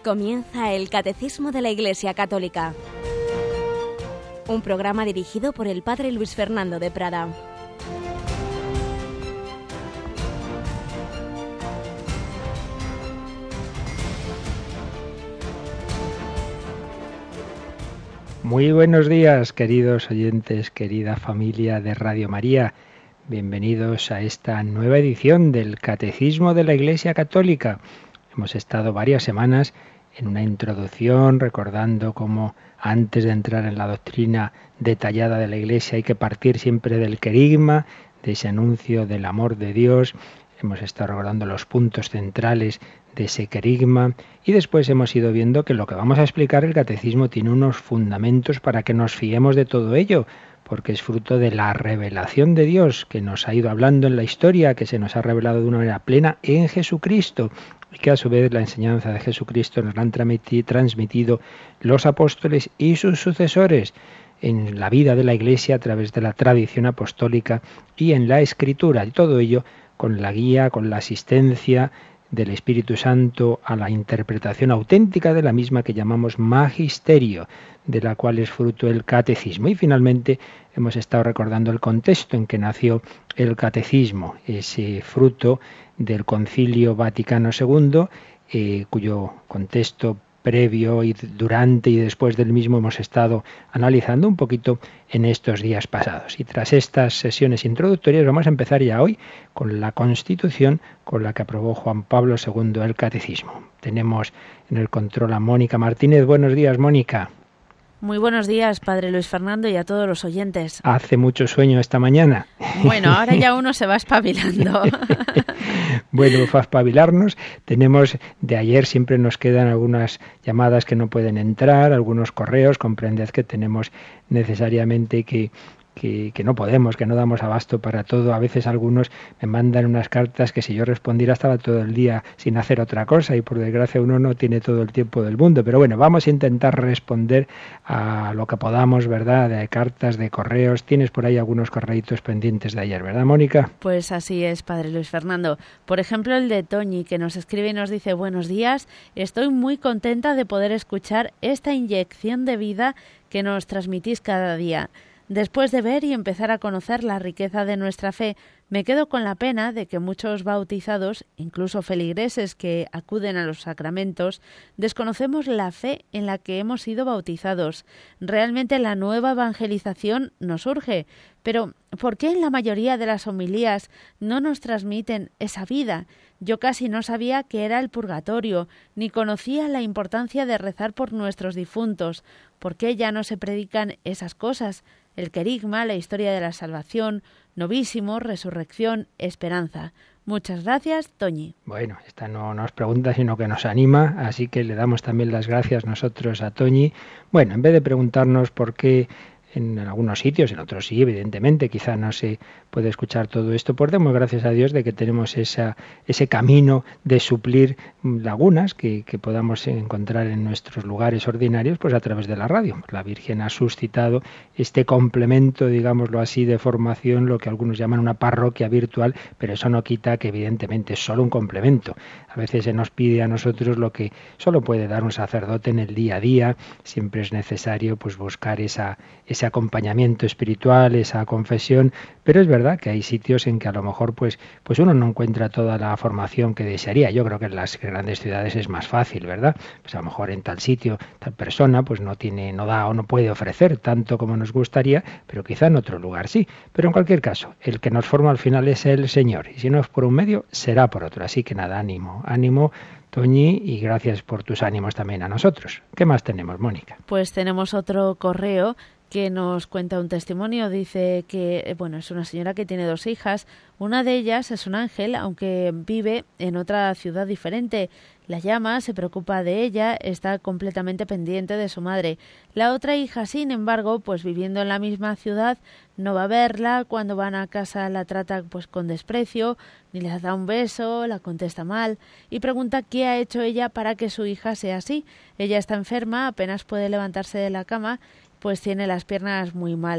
Comienza el Catecismo de la Iglesia Católica, un programa dirigido por el Padre Luis Fernando de Prada. Muy buenos días, queridos oyentes, querida familia de Radio María. Bienvenidos a esta nueva edición del Catecismo de la Iglesia Católica. Hemos estado varias semanas en una introducción recordando cómo antes de entrar en la doctrina detallada de la Iglesia hay que partir siempre del querigma, de ese anuncio del amor de Dios. Hemos estado recordando los puntos centrales de ese querigma y después hemos ido viendo que lo que vamos a explicar, el catecismo tiene unos fundamentos para que nos fiemos de todo ello, porque es fruto de la revelación de Dios que nos ha ido hablando en la historia, que se nos ha revelado de una manera plena en Jesucristo, y que a su vez la enseñanza de Jesucristo nos la han transmitido los apóstoles y sus sucesores en la vida de la Iglesia a través de la tradición apostólica y en la Escritura, y todo ello con la guía, con la asistencia del Espíritu Santo a la interpretación auténtica de la misma que llamamos magisterio, de la cual es fruto el catecismo. Y finalmente hemos estado recordando el contexto en que nació el catecismo, ese fruto del Concilio Vaticano II, cuyo contexto previo y durante y después del mismo hemos estado analizando un poquito en estos días pasados. Y tras estas sesiones introductorias vamos a empezar ya hoy con la Constitución con la que aprobó Juan Pablo II el Catecismo. Tenemos en el control a Mónica Martínez. Buenos días, Mónica. Muy buenos días, Padre Luis Fernando, y a todos los oyentes. ¿Hace mucho sueño esta mañana? Bueno, ahora ya uno se va espabilando. Bueno, para espabilarnos, tenemos de ayer, siempre nos quedan algunas llamadas que no pueden entrar, algunos correos, comprended que tenemos necesariamente que no podemos, que no damos abasto para todo. A veces algunos me mandan unas cartas que si yo respondiera estaba todo el día sin hacer otra cosa y por desgracia uno no tiene todo el tiempo del mundo. Pero bueno, vamos a intentar responder a lo que podamos, ¿verdad? De cartas, de correos. Tienes por ahí algunos correitos pendientes de ayer, ¿verdad, Mónica? Pues así es, Padre Luis Fernando. Por ejemplo, el de Toñi, que nos escribe y nos dice: buenos días, estoy muy contenta de poder escuchar esta inyección de vida que nos transmitís cada día. Después de ver y empezar a conocer la riqueza de nuestra fe, me quedo con la pena de que muchos bautizados, incluso feligreses que acuden a los sacramentos, desconocemos la fe en la que hemos sido bautizados. Realmente la nueva evangelización nos urge, pero ¿por qué en la mayoría de las homilías no nos transmiten esa vida? Yo casi no sabía qué era el purgatorio, ni conocía la importancia de rezar por nuestros difuntos. ¿Por qué ya no se predican esas cosas? El querigma, la historia de la salvación, novísimo, resurrección, esperanza. Muchas gracias, Toñi. Bueno, esta no nos pregunta, sino que nos anima, así que le damos también las gracias nosotros a Toñi. Bueno, en vez de preguntarnos por qué en algunos sitios, en otros sí, evidentemente, quizá no se puede escuchar todo esto, pues demos gracias a Dios de que tenemos ese camino de suplir lagunas que podamos encontrar en nuestros lugares ordinarios, pues a través de la radio. La Virgen ha suscitado este complemento, digámoslo así, de formación, lo que algunos llaman una parroquia virtual, pero eso no quita que evidentemente es solo un complemento. A veces se nos pide a nosotros lo que solo puede dar un sacerdote en el día a día. Siempre es necesario pues buscar ese acompañamiento espiritual, esa confesión, pero es verdad que hay sitios en que a lo mejor pues uno no encuentra toda la formación que desearía. Yo creo que en las grandes ciudades es más fácil, ¿verdad? Pues a lo mejor en tal sitio, tal persona pues no da o no puede ofrecer tanto como nos gustaría, pero quizá en otro lugar sí. Pero en cualquier caso, el que nos forma al final es el Señor, y si no es por un medio, será por otro. Así que nada, ánimo, Toñi, y gracias por tus ánimos también a nosotros. ¿Qué más tenemos, Mónica? Pues tenemos otro correo que nos cuenta un testimonio. Dice que, es una señora que tiene 2 hijas. Una de ellas es un ángel, aunque vive en otra ciudad diferente. La llama, se preocupa de ella, está completamente pendiente de su madre. La otra hija, sin embargo, pues viviendo en la misma ciudad, no va a verla. Cuando van a casa la trata pues con desprecio, ni le da un beso, la contesta mal y pregunta qué ha hecho ella para que su hija sea así. Ella está enferma, apenas puede levantarse de la cama, pues tiene las piernas muy mal.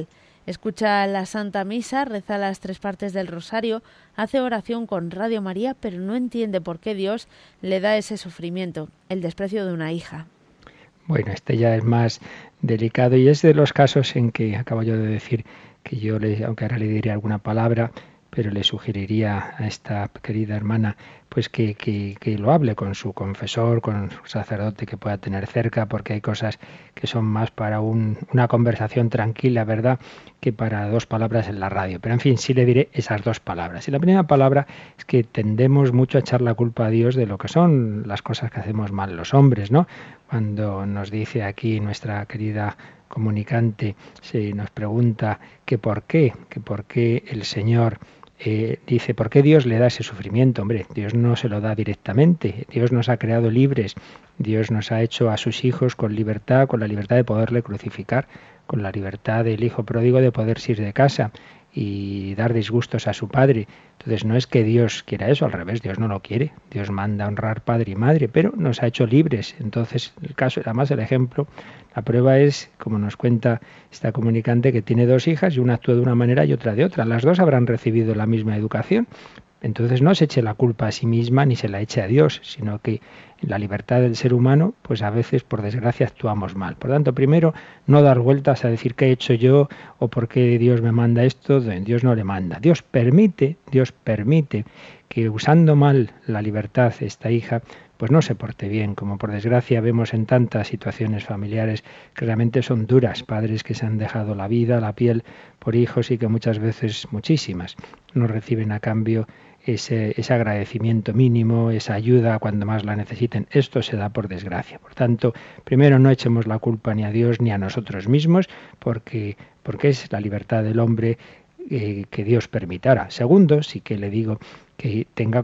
Escucha la Santa Misa, reza las 3 partes del Rosario, hace oración con Radio María, pero no entiende por qué Dios le da ese sufrimiento, el desprecio de una hija. Bueno, este ya es más delicado y es de los casos en que acabo yo de decir que yo, aunque ahora le diría alguna palabra, pero le sugeriría a esta querida hermana pues que lo hable con su confesor, con su sacerdote que pueda tener cerca, porque hay cosas que son más para una conversación tranquila, ¿verdad?, que para 2 palabras en la radio. Pero en fin, sí le diré esas 2 palabras. Y la primera palabra es que tendemos mucho a echar la culpa a Dios de lo que son las cosas que hacemos mal los hombres, ¿no? Cuando nos dice aquí nuestra querida comunicante, se nos pregunta que por qué el Señor dice, ¿por qué Dios le da ese sufrimiento? Hombre, Dios no se lo da directamente, Dios nos ha creado libres, Dios nos ha hecho a sus hijos con libertad, con la libertad de poderle crucificar, con la libertad del hijo pródigo de poderse ir de casa y dar disgustos a su padre. Entonces no es que Dios quiera eso, al revés, Dios no lo quiere. Dios manda honrar padre y madre, pero nos ha hecho libres. Entonces el caso, además el ejemplo, la prueba es, como nos cuenta esta comunicante, que tiene 2 hijas y una actúa de una manera y otra de otra. Las 2 habrán recibido la misma educación. Entonces no se eche la culpa a sí misma ni se la eche a Dios, sino que en la libertad del ser humano, pues a veces, por desgracia, actuamos mal. Por tanto, primero, no dar vueltas a decir qué he hecho yo o por qué Dios me manda esto. Dios no le manda. Dios permite que usando mal la libertad esta hija, pues no se porte bien, como por desgracia vemos en tantas situaciones familiares que realmente son duras, padres que se han dejado la vida, la piel por hijos y que muchas veces, muchísimas, no reciben a cambio ese agradecimiento mínimo, esa ayuda cuando más la necesiten. Esto se da por desgracia. Por tanto, primero no echemos la culpa ni a Dios ni a nosotros mismos, porque es la libertad del hombre que Dios permitirá. Segundo, sí que le digo que tenga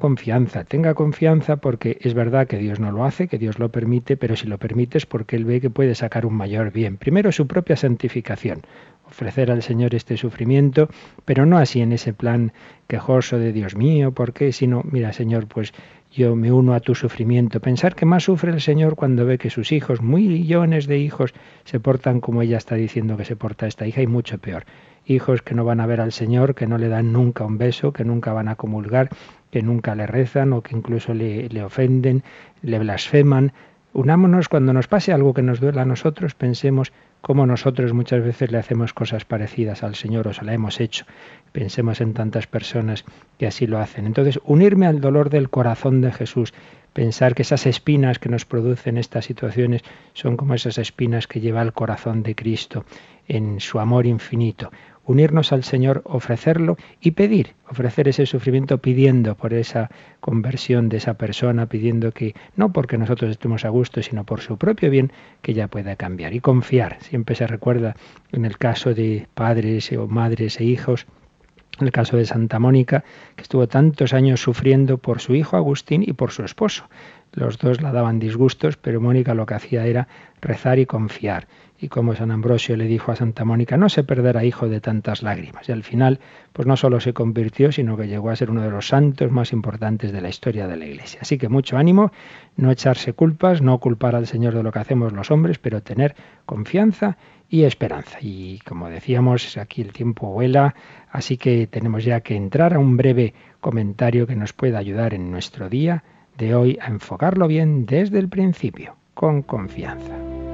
confianza porque es verdad que Dios no lo hace, que Dios lo permite, pero si lo permite es porque Él ve que puede sacar un mayor bien. Primero su propia santificación, ofrecer al Señor este sufrimiento, pero no así en ese plan quejoso de Dios mío, ¿por qué? Sino, mira Señor, pues yo me uno a tu sufrimiento. Pensar que más sufre el Señor cuando ve que sus hijos, millones de hijos, se portan como ella está diciendo que se porta esta hija y mucho peor. Hijos que no van a ver al Señor, que no le dan nunca un beso, que nunca van a comulgar, que nunca le rezan o que incluso le ofenden, le blasfeman. Unámonos cuando nos pase algo que nos duela a nosotros, pensemos cómo nosotros muchas veces le hacemos cosas parecidas al Señor o se la hemos hecho. Pensemos en tantas personas que así lo hacen. Entonces, unirme al dolor del corazón de Jesús, pensar que esas espinas que nos producen estas situaciones son como esas espinas que lleva el corazón de Cristo en su amor infinito. Unirnos al Señor, ofrecerlo y ofrecer ese sufrimiento pidiendo por esa conversión de esa persona, pidiendo que, no porque nosotros estemos a gusto, sino por su propio bien, que ella pueda cambiar. Y confiar, siempre se recuerda en el caso de padres o madres e hijos, en el caso de Santa Mónica, que estuvo tantos años sufriendo por su hijo Agustín y por su esposo. Los 2 la daban disgustos, pero Mónica lo que hacía era rezar y confiar. Y como San Ambrosio le dijo a Santa Mónica, no se perderá hijo de tantas lágrimas. Y al final, pues no solo se convirtió, sino que llegó a ser uno de los santos más importantes de la historia de la Iglesia. Así que mucho ánimo, no echarse culpas, no culpar al Señor de lo que hacemos los hombres, pero tener confianza y esperanza. Y como decíamos, aquí el tiempo vuela, así que tenemos ya que entrar a un breve comentario que nos pueda ayudar en nuestro día de hoy a enfocarlo bien desde el principio, con confianza.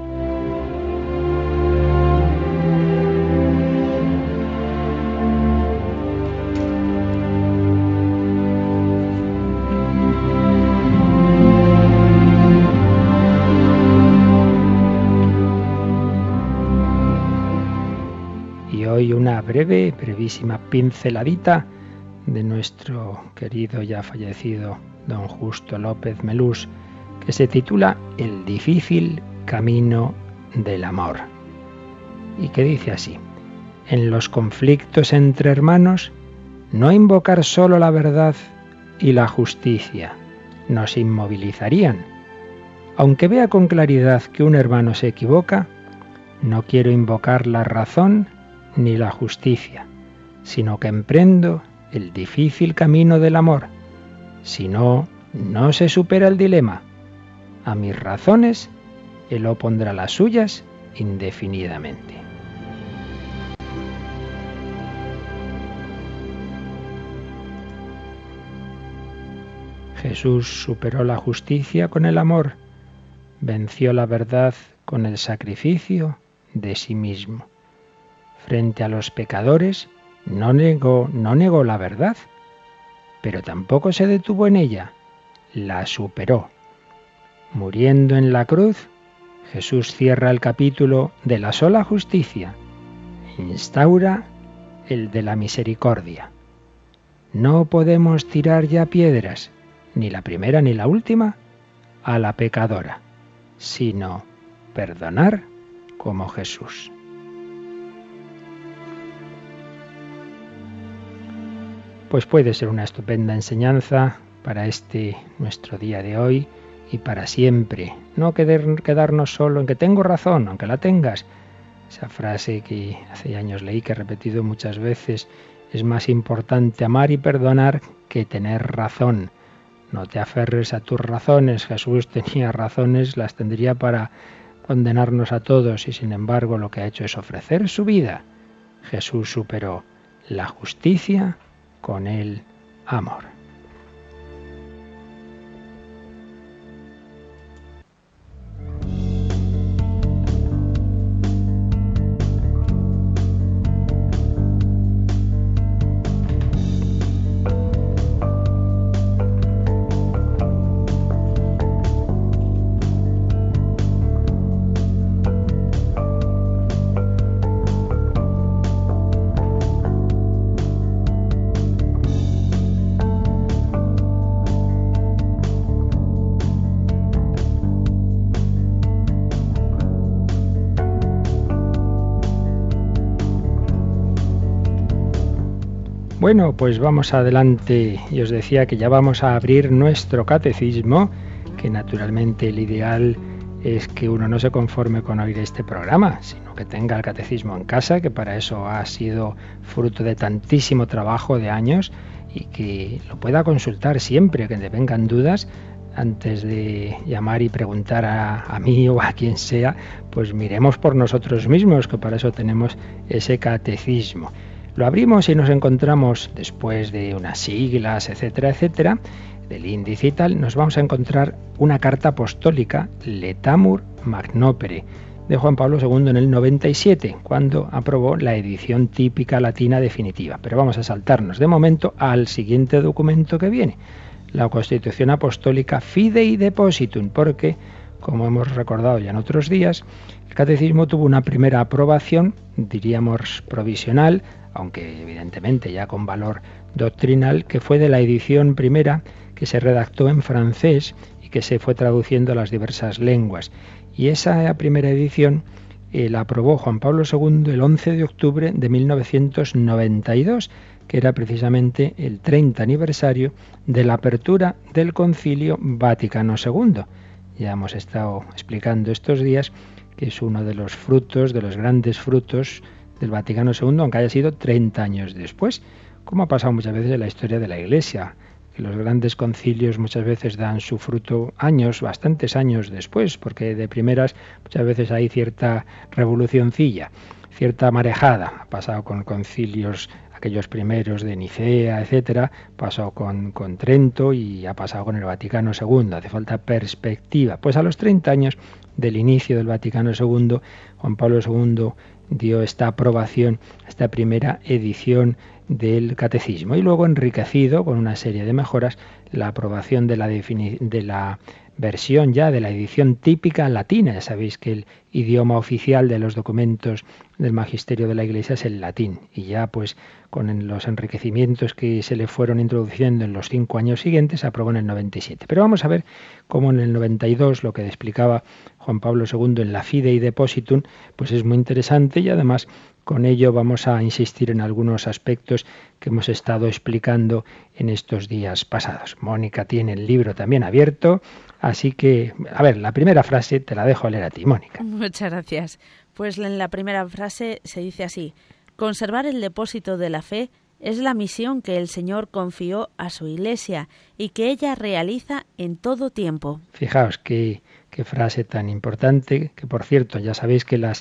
Hoy una brevísima pinceladita de nuestro querido ya fallecido don Justo López Melús, que se titula El difícil camino del amor. Y que dice así: en los conflictos entre hermanos, no invocar solo la verdad y la justicia nos inmovilizarían. Aunque vea con claridad que un hermano se equivoca, no quiero invocar la razón ni la justicia, sino que emprendo el difícil camino del amor. Si no, no se supera el dilema. A mis razones, él opondrá las suyas indefinidamente. Jesús superó la justicia con el amor, venció la verdad con el sacrificio de sí mismo. Frente a los pecadores no negó la verdad, pero tampoco se detuvo en ella, la superó. Muriendo en la cruz, Jesús cierra el capítulo de la sola justicia, instaura el de la misericordia. No podemos tirar ya piedras, ni la primera ni la última, a la pecadora, sino perdonar como Jesús. Pues puede ser una estupenda enseñanza para este nuestro día de hoy y para siempre. No quedarnos solo en que tengo razón, aunque la tengas. Esa frase que hace años leí, que he repetido muchas veces, es más importante amar y perdonar que tener razón. No te aferres a tus razones. Jesús tenía razones, las tendría para condenarnos a todos y sin embargo lo que ha hecho es ofrecer su vida. Jesús superó la justicia con el amor. Bueno, pues vamos adelante. Y os decía que ya vamos a abrir nuestro catecismo, que naturalmente el ideal es que uno no se conforme con oír este programa, sino que tenga el catecismo en casa, que para eso ha sido fruto de tantísimo trabajo de años, y que lo pueda consultar siempre que te vengan dudas. Antes de llamar y preguntar a mí o a quien sea, pues miremos por nosotros mismos, que para eso tenemos ese catecismo. Lo abrimos y nos encontramos, después de unas siglas, etcétera, etcétera, del índice y tal, nos vamos a encontrar una carta apostólica, Letamur Magnopere, de Juan Pablo II en el 97, cuando aprobó la edición típica latina definitiva. Pero vamos a saltarnos de momento al siguiente documento que viene, la Constitución Apostólica Fidei Depositum, porque, como hemos recordado ya en otros días, el Catecismo tuvo una primera aprobación, diríamos provisional, aunque evidentemente ya con valor doctrinal, que fue de la edición primera que se redactó en francés y que se fue traduciendo a las diversas lenguas. Y esa primera edición la aprobó Juan Pablo II el 11 de octubre de 1992, que era precisamente el 30 aniversario de la apertura del Concilio Vaticano II. Ya hemos estado explicando estos días que es uno de los frutos, de los grandes frutos del Vaticano II, aunque haya sido 30 años después, como ha pasado muchas veces en la historia de la Iglesia, que los grandes concilios muchas veces dan su fruto años, bastantes años después, porque de primeras muchas veces hay cierta revolucioncilla, cierta marejada. Ha pasado con concilios, aquellos primeros de Nicea, etcétera, pasó con Trento y ha pasado con el Vaticano II. Hace falta perspectiva. Pues a los 30 años del inicio del Vaticano II, Juan Pablo II dio esta aprobación, esta primera edición del Catecismo, y luego enriquecido con una serie de mejoras, la aprobación de la versión ya de la edición típica latina. Ya sabéis que el idioma oficial de los documentos del magisterio de la Iglesia es el latín, y ya pues con los enriquecimientos que se le fueron introduciendo en los 5 años siguientes, se aprobó en el 97. Pero vamos a ver cómo en el 92 lo que explicaba Juan Pablo II en la Fidei Depositum, pues es muy interesante, y además con ello vamos a insistir en algunos aspectos que hemos estado explicando en estos días pasados. Mónica tiene el libro también abierto, así que, a ver, la primera frase te la dejo leer a ti, Mónica. Muchas gracias. Pues en la primera frase se dice así: conservar el depósito de la fe es la misión que el Señor confió a su Iglesia y que ella realiza en todo tiempo. Fijaos qué frase tan importante, que por cierto ya sabéis que las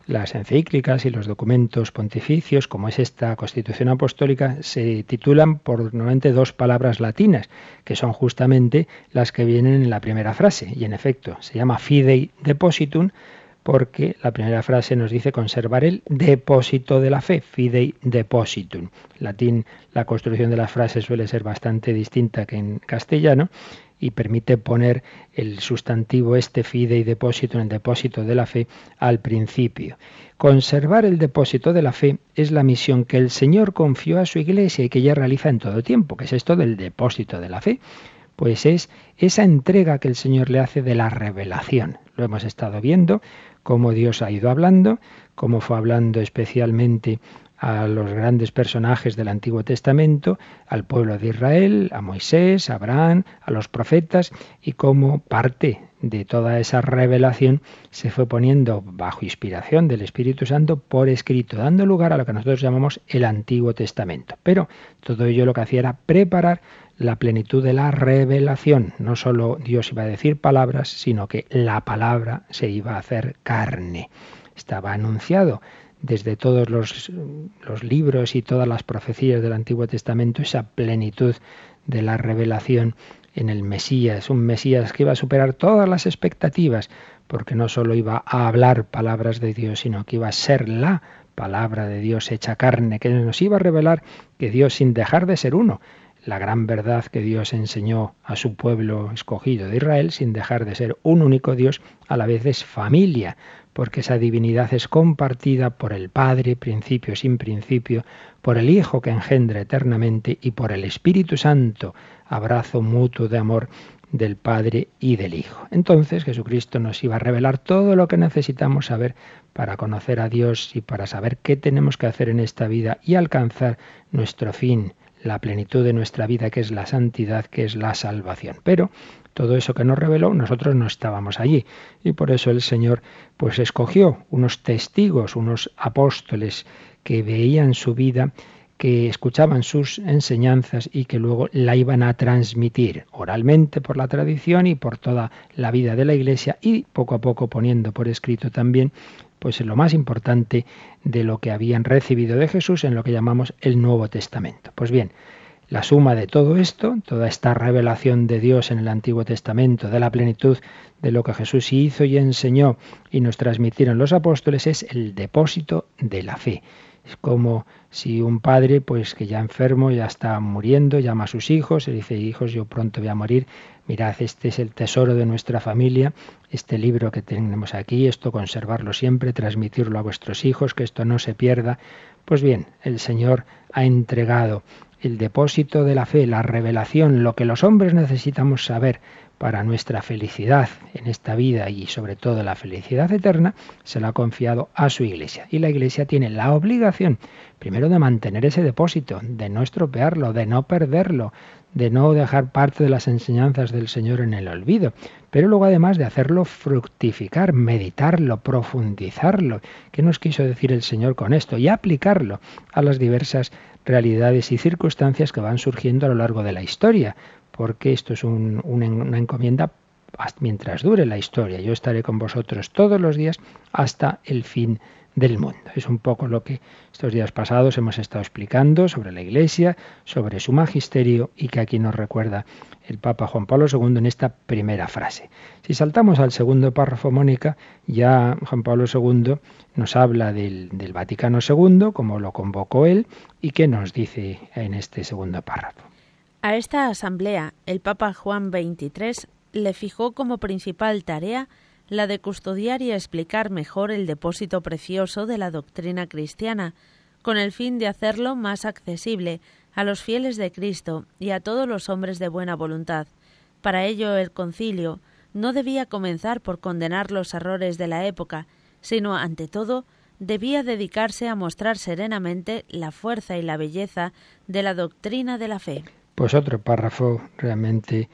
las encíclicas y los documentos pontificios, como es esta Constitución Apostólica, se titulan por normalmente 2 palabras latinas, que son justamente las que vienen en la primera frase. Y en efecto, se llama Fidei Depositum, porque la primera frase nos dice conservar el depósito de la fe, Fidei Depositum. En latín, la construcción de las frases suele ser bastante distinta que en castellano, y permite poner el sustantivo fidei depositum, el depósito de la fe, al principio. Conservar el depósito de la fe es la misión que el Señor confió a su Iglesia y que ella realiza en todo tiempo. ¿Qué es esto del depósito de la fe? Pues es esa entrega que el Señor le hace de la revelación. Lo hemos estado viendo, cómo Dios ha ido hablando, cómo fue hablando especialmente a los grandes personajes del Antiguo Testamento, al pueblo de Israel, a Moisés, a Abraham, a los profetas, y cómo parte de toda esa revelación se fue poniendo bajo inspiración del Espíritu Santo por escrito, dando lugar a lo que nosotros llamamos el Antiguo Testamento. Pero todo ello lo que hacía era preparar la plenitud de la revelación. No solo Dios iba a decir palabras, sino que la palabra se iba a hacer carne. Estaba anunciado desde todos los libros y todas las profecías del Antiguo Testamento esa plenitud de la revelación en el Mesías, un Mesías que iba a superar todas las expectativas, porque no solo iba a hablar palabras de Dios, sino que iba a ser la palabra de Dios hecha carne, que nos iba a revelar que Dios, sin dejar de ser uno, la gran verdad que Dios enseñó a su pueblo escogido de Israel, sin dejar de ser un único Dios, a la vez es familia, porque esa divinidad es compartida por el Padre, principio sin principio, por el Hijo que engendra eternamente y por el Espíritu Santo, abrazo mutuo de amor del Padre y del Hijo. Entonces Jesucristo nos iba a revelar todo lo que necesitamos saber para conocer a Dios y para saber qué tenemos que hacer en esta vida y alcanzar nuestro fin, la plenitud de nuestra vida, que es la santidad, que es la salvación. Pero todo eso que nos reveló, nosotros no estábamos allí. Y por eso el Señor pues escogió unos testigos, unos apóstoles que veían su vida, que escuchaban sus enseñanzas y que luego la iban a transmitir oralmente por la tradición y por toda la vida de la Iglesia, y poco a poco poniendo por escrito también pues lo más importante de lo que habían recibido de Jesús en lo que llamamos el Nuevo Testamento. Pues bien, la suma de todo esto, toda esta revelación de Dios en el Antiguo Testamento, de la plenitud de lo que Jesús hizo y enseñó y nos transmitieron los apóstoles, es el depósito de la fe. Es como si un padre, pues que ya enfermo, ya está muriendo, llama a sus hijos y dice: hijos, yo pronto voy a morir, mirad, este es el tesoro de nuestra familia, este libro que tenemos aquí, esto conservarlo siempre, transmitirlo a vuestros hijos, que esto no se pierda. Pues bien, el Señor ha entregado el depósito de la fe, la revelación, lo que los hombres necesitamos saber para nuestra felicidad en esta vida y sobre todo la felicidad eterna, se lo ha confiado a su Iglesia. Y la Iglesia tiene la obligación, primero, de mantener ese depósito, de no estropearlo, de no perderlo, de no dejar parte de las enseñanzas del Señor en el olvido, pero luego además de hacerlo fructificar, meditarlo, profundizarlo. ¿Qué nos quiso decir el Señor con esto? Y aplicarlo a las diversas realidades y circunstancias que van surgiendo a lo largo de la historia, porque esto es una encomienda mientras dure la historia. Yo estaré con vosotros todos los días hasta el fin del mundo. Es un poco lo que estos días pasados hemos estado explicando sobre la Iglesia, sobre su magisterio, y que aquí nos recuerda el Papa Juan Pablo II en esta primera frase. Si saltamos al segundo párrafo, Mónica, ya Juan Pablo II nos habla del Vaticano II, como lo convocó él, y qué nos dice en este segundo párrafo. A esta asamblea, el Papa Juan XXIII le fijó como principal tarea la de custodiar y explicar mejor el depósito precioso de la doctrina cristiana, con el fin de hacerlo más accesible a los fieles de Cristo y a todos los hombres de buena voluntad. Para ello, el concilio no debía comenzar por condenar los errores de la época, sino, ante todo, debía dedicarse a mostrar serenamente la fuerza y la belleza de la doctrina de la fe. Pues otro párrafo realmente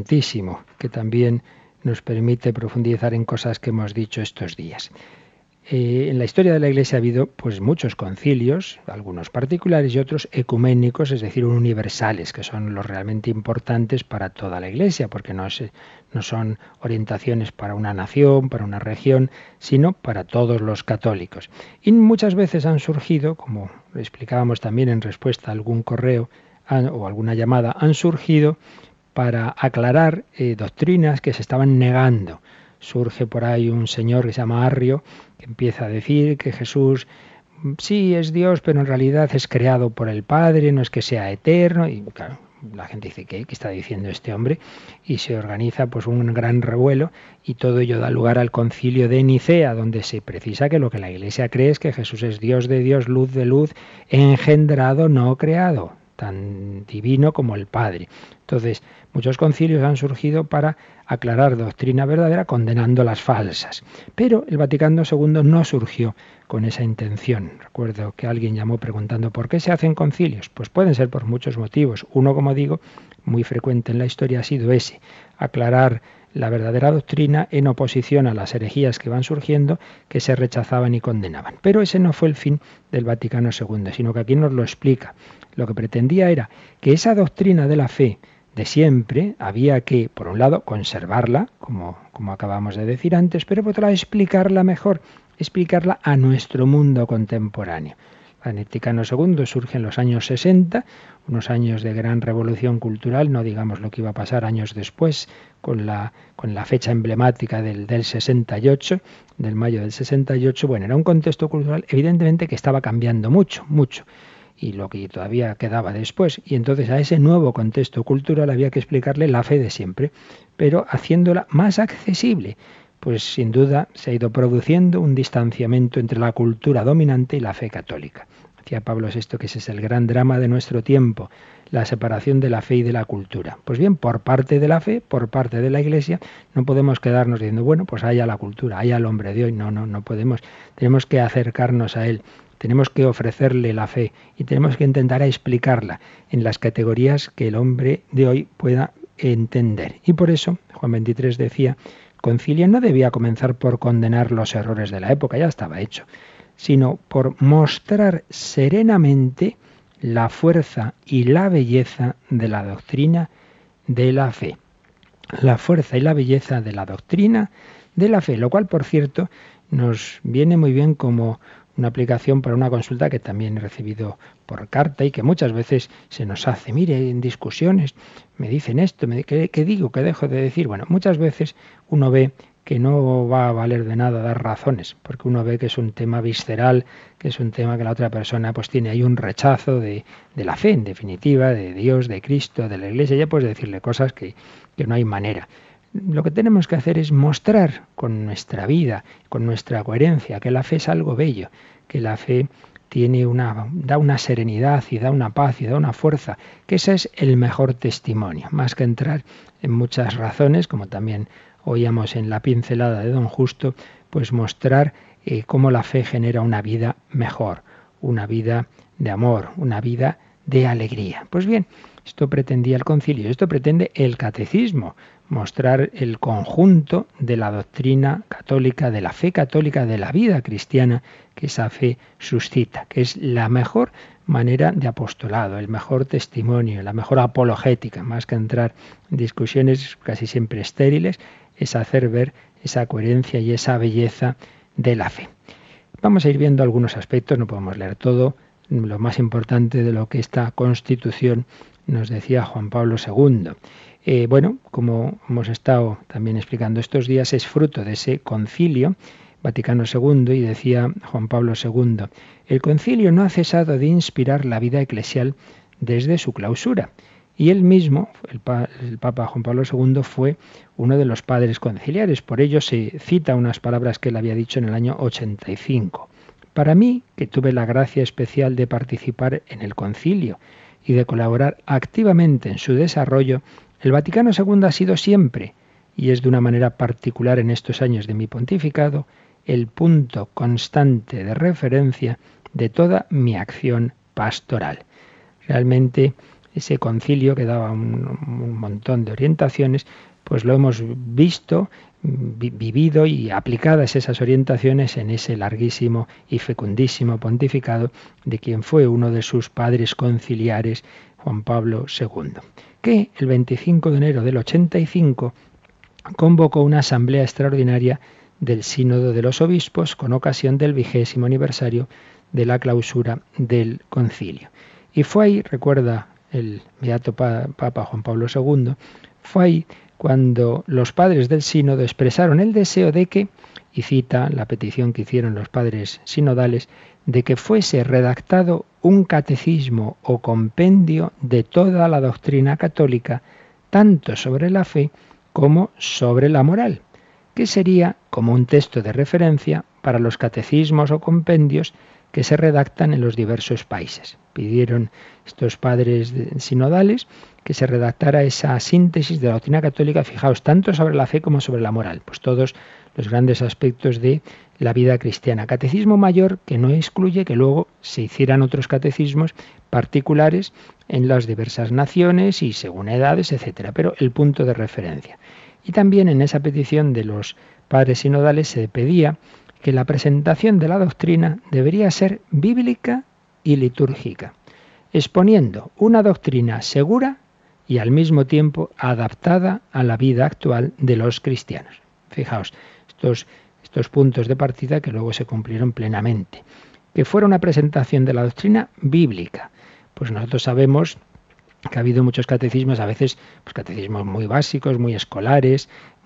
interesantísimo, que también nos permite profundizar en cosas que hemos dicho estos días. En la historia de la Iglesia ha habido pues muchos concilios, algunos particulares y otros ecuménicos, es decir, universales, que son los realmente importantes para toda la Iglesia, porque no son orientaciones para una nación, para una región, sino para todos los católicos. Y muchas veces han surgido, como lo explicábamos también en respuesta a algún correo o alguna llamada, han surgido para aclarar doctrinas que se estaban negando. Surge por ahí un señor que se llama Arrio, que empieza a decir que Jesús sí es Dios, pero en realidad es creado por el Padre, no es que sea eterno. Y claro, la gente dice, ¿qué está diciendo este hombre? Y se organiza pues un gran revuelo, y todo ello da lugar al concilio de Nicea, donde se precisa que lo que la Iglesia cree es que Jesús es Dios de Dios, luz de luz, engendrado, no creado, tan divino como el Padre. Entonces, muchos concilios han surgido para aclarar doctrina verdadera condenando las falsas. Pero el Vaticano II no surgió con esa intención. Recuerdo que alguien llamó preguntando ¿por qué se hacen concilios? Pues pueden ser por muchos motivos. Uno, como digo, muy frecuente en la historia ha sido ese, aclarar la verdadera doctrina en oposición a las herejías que van surgiendo, que se rechazaban y condenaban. Pero ese no fue el fin del Vaticano II, sino que aquí nos lo explica. Lo que pretendía era que esa doctrina de la fe de siempre había que, por un lado, conservarla, como acabamos de decir antes, pero por otro lado, explicarla mejor, explicarla a nuestro mundo contemporáneo. El Vaticano II surge en los años 60, unos años de gran revolución cultural, no digamos lo que iba a pasar años después, con la fecha emblemática del 68, del mayo del 68. Bueno, era un contexto cultural evidentemente que estaba cambiando mucho, y lo que todavía quedaba después. Y entonces a ese nuevo contexto cultural había que explicarle la fe de siempre, pero haciéndola más accesible. Pues sin duda se ha ido produciendo un distanciamiento entre la cultura dominante y la fe católica. Decía Pablo VI que ese es el gran drama de nuestro tiempo, la separación de la fe y de la cultura. Pues bien, por parte de la fe, por parte de la Iglesia, no podemos quedarnos diciendo, bueno, pues haya la cultura, haya el hombre de hoy. No podemos. Tenemos que acercarnos a él. Tenemos que ofrecerle la fe y tenemos que intentar explicarla en las categorías que el hombre de hoy pueda entender. Y por eso Juan XXIII decía, el concilio no debía comenzar por condenar los errores de la época, ya estaba hecho, sino por mostrar serenamente la fuerza y la belleza de la doctrina de la fe. La fuerza y la belleza de la doctrina de la fe, lo cual, por cierto, nos viene muy bien como una aplicación para una consulta que también he recibido por carta y que muchas veces se nos hace. Mire, en discusiones me dicen esto, ¿qué digo? ¿Qué dejo de decir? Bueno, muchas veces uno ve que no va a valer de nada dar razones, porque uno ve que es un tema visceral, que es un tema que la otra persona pues tiene ahí un rechazo de la fe, en definitiva, de Dios, de Cristo, de la Iglesia. Ya puedes decirle cosas que no hay manera. Lo que tenemos que hacer es mostrar con nuestra vida, con nuestra coherencia, que la fe es algo bello, que la fe da una serenidad y da una paz y da una fuerza, que ese es el mejor testimonio, más que entrar en muchas razones, como también oíamos en la pincelada de Don Justo, pues mostrar cómo la fe genera una vida mejor, una vida de amor, una vida de alegría. Pues bien, esto pretendía el concilio, esto pretende el catecismo, mostrar el conjunto de la doctrina católica, de la fe católica, de la vida cristiana que esa fe suscita, que es la mejor manera de apostolado, el mejor testimonio, la mejor apologética, más que entrar en discusiones casi siempre estériles, es hacer ver esa coherencia y esa belleza de la fe. Vamos a ir viendo algunos aspectos, no podemos leer todo, lo más importante de lo que esta Constitución nos decía Juan Pablo II. Bueno, como hemos estado también explicando estos días, es fruto de ese concilio Vaticano II, y decía Juan Pablo II, el concilio no ha cesado de inspirar la vida eclesial desde su clausura. Y él mismo, el Papa Juan Pablo II, fue uno de los padres conciliares. Por ello se cita unas palabras que él había dicho en el año 85. Para mí, que tuve la gracia especial de participar en el concilio y de colaborar activamente en su desarrollo, el Vaticano II ha sido siempre, y es de una manera particular en estos años de mi pontificado, el punto constante de referencia de toda mi acción pastoral. Realmente ese concilio que daba un montón de orientaciones, pues lo hemos visto vivido y aplicadas esas orientaciones en ese larguísimo y fecundísimo pontificado de quien fue uno de sus padres conciliares, Juan Pablo II, que el 25 de enero del 85 convocó una asamblea extraordinaria del Sínodo de los Obispos con ocasión del 20º aniversario de la clausura del concilio. Y fue ahí, recuerda el beato Papa Juan Pablo II, fue ahí cuando los padres del sínodo expresaron el deseo de que, y cita la petición que hicieron los padres sinodales, de que fuese redactado un catecismo o compendio de toda la doctrina católica, tanto sobre la fe como sobre la moral, que sería como un texto de referencia para los catecismos o compendios que se redactan en los diversos países. Pidieron estos padres sinodales que se redactara esa síntesis de la doctrina católica, fijaos, tanto sobre la fe como sobre la moral, pues todos los grandes aspectos de la vida cristiana. Catecismo mayor que no excluye que luego se hicieran otros catecismos particulares en las diversas naciones y según edades, etcétera, pero el punto de referencia. Y también en esa petición de los padres sinodales se pedía que la presentación de la doctrina debería ser bíblica y litúrgica, exponiendo una doctrina segura y al mismo tiempo adaptada a la vida actual de los cristianos. Fijaos, estos puntos de partida que luego se cumplieron plenamente. Que fuera una presentación de la doctrina bíblica. Pues nosotros sabemos que ha habido muchos catecismos, a veces pues catecismos muy básicos, muy escolares,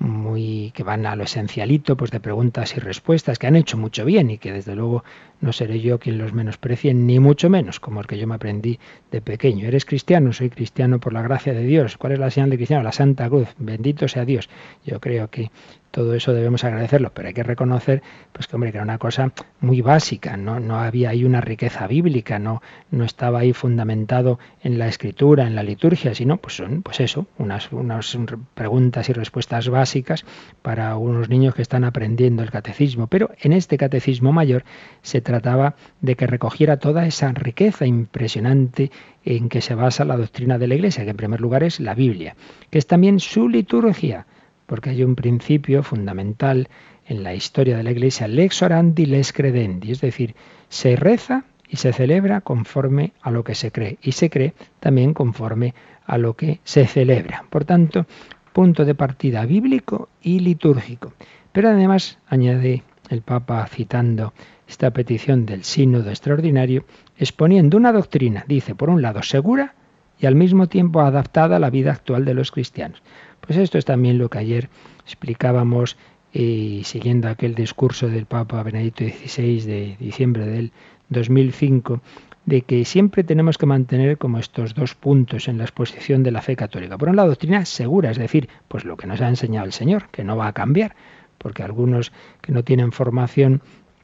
que van a lo esencialito, pues de preguntas y respuestas, que han hecho mucho bien y que desde luego no seré yo quien los menosprecie, ni mucho menos, como el que yo me aprendí de pequeño. ¿Eres cristiano? Soy cristiano por la gracia de Dios. ¿Cuál es la señal de cristiano? La Santa Cruz. Bendito sea Dios. Yo creo que todo eso debemos agradecerlo, pero hay que reconocer pues que, hombre, que era una cosa muy básica, no había ahí una riqueza bíblica, no estaba ahí fundamentado en la escritura, en la liturgia, sino pues son unas preguntas y respuestas básicas para unos niños que están aprendiendo el catecismo. Pero en este catecismo mayor se trataba de que recogiera toda esa riqueza impresionante en que se basa la doctrina de la Iglesia, que en primer lugar es la Biblia, que es también su liturgia, porque hay un principio fundamental en la historia de la Iglesia, lex orandi, lex credendi, es decir, se reza y se celebra conforme a lo que se cree, y se cree también conforme a lo que se celebra. Por tanto, punto de partida bíblico y litúrgico. Pero además, añade el Papa citando esta petición del Sínodo Extraordinario, exponiendo una doctrina, dice, por un lado, segura y al mismo tiempo adaptada a la vida actual de los cristianos. Pues esto es también lo que ayer explicábamos, siguiendo aquel discurso del Papa Benedicto XVI de diciembre del 2005, de que siempre tenemos que mantener como estos dos puntos en la exposición de la fe católica. Por un lado, doctrina segura, es decir, pues lo que nos ha enseñado el Señor, que no va a cambiar, porque algunos que no tienen formación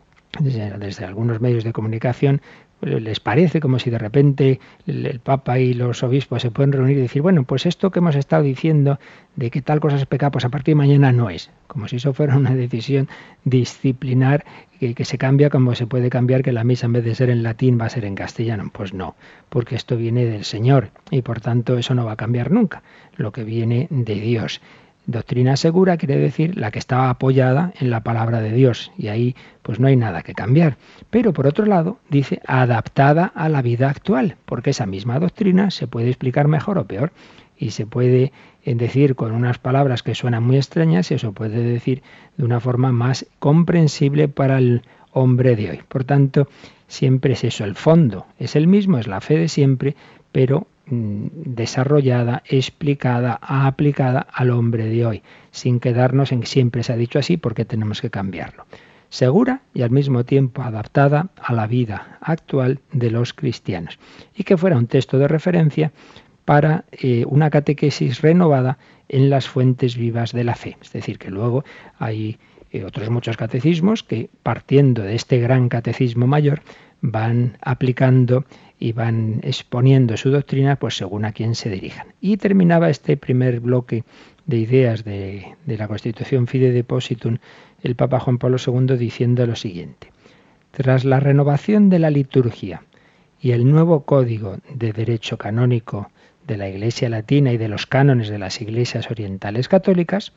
desde algunos medios de comunicación, les parece como si de repente el Papa y los obispos se pueden reunir y decir, bueno, pues esto que hemos estado diciendo de que tal cosa es pecado, pues a partir de mañana no es. Como si eso fuera una decisión disciplinar que se cambia como se puede cambiar que la misa en vez de ser en latín va a ser en castellano. Pues no, porque esto viene del Señor y por tanto eso no va a cambiar nunca, lo que viene de Dios. Doctrina segura quiere decir la que estaba apoyada en la palabra de Dios y ahí pues no hay nada que cambiar. Pero por otro lado dice adaptada a la vida actual, porque esa misma doctrina se puede explicar mejor o peor y se puede decir con unas palabras que suenan muy extrañas y eso puede decir de una forma más comprensible para el hombre de hoy. Por tanto, siempre es eso, el fondo es el mismo, es la fe de siempre, pero desarrollada, explicada, aplicada al hombre de hoy, sin quedarnos en que siempre se ha dicho así porque tenemos que cambiarlo. Segura y al mismo tiempo adaptada a la vida actual de los cristianos. Y que fuera un texto de referencia para una catequesis renovada en las fuentes vivas de la fe. Es decir, que luego hay otros muchos catecismos que, partiendo de este gran catecismo mayor, van aplicando y van exponiendo su doctrina pues según a quién se dirijan. Y terminaba este primer bloque de ideas de la Constitución Fidei Depositum el Papa Juan Pablo II diciendo lo siguiente: tras la renovación de la liturgia y el nuevo código de derecho canónico de la Iglesia latina y de los cánones de las iglesias orientales católicas,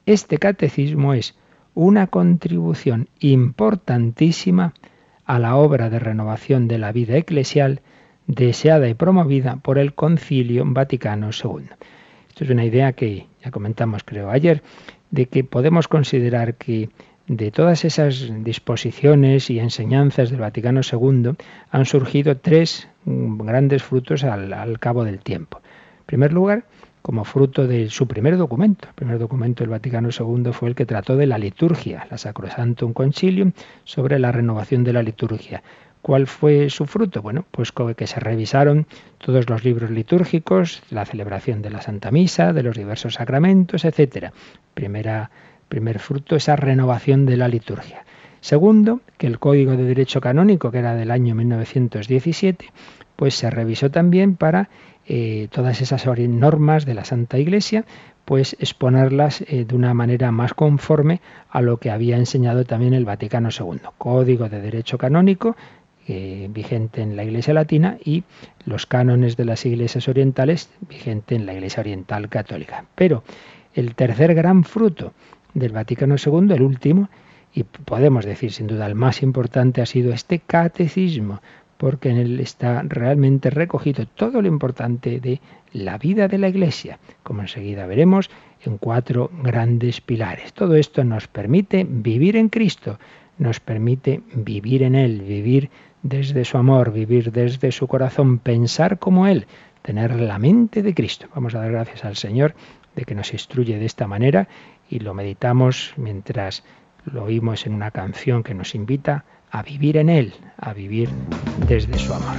Este catecismo es una contribución importantísima a la obra de renovación de la vida eclesial deseada y promovida por el Concilio Vaticano II. Esto es una idea que ya comentamos, creo, ayer, de que podemos considerar que de todas esas disposiciones y enseñanzas del Vaticano II han surgido tres grandes frutos al cabo del tiempo. En primer lugar, como fruto de su primer documento. El primer documento del Vaticano II fue el que trató de la liturgia, la Sacrosanctum Concilium, sobre la renovación de la liturgia. ¿Cuál fue su fruto? Bueno, pues que se revisaron todos los libros litúrgicos, la celebración de la Santa Misa, de los diversos sacramentos, etc. Primer fruto, esa renovación de la liturgia. Segundo, que el Código de Derecho Canónico, que era del año 1917, pues se revisó también para todas esas normas de la Santa Iglesia, pues exponerlas de una manera más conforme a lo que había enseñado también el Vaticano II. Código de Derecho Canónico, vigente en la Iglesia Latina, y los cánones de las iglesias orientales, vigente en la Iglesia Oriental Católica. Pero el tercer gran fruto del Vaticano II, el último, y podemos decir sin duda el más importante, ha sido este catecismo, porque en él está realmente recogido todo lo importante de la vida de la Iglesia, como enseguida veremos, en 4 grandes pilares. Todo esto nos permite vivir en Cristo, nos permite vivir en Él, vivir desde su amor, vivir desde su corazón, pensar como Él, tener la mente de Cristo. Vamos a dar gracias al Señor de que nos instruye de esta manera y lo meditamos mientras lo oímos en una canción que nos invita a vivir en Él, a vivir desde su amor.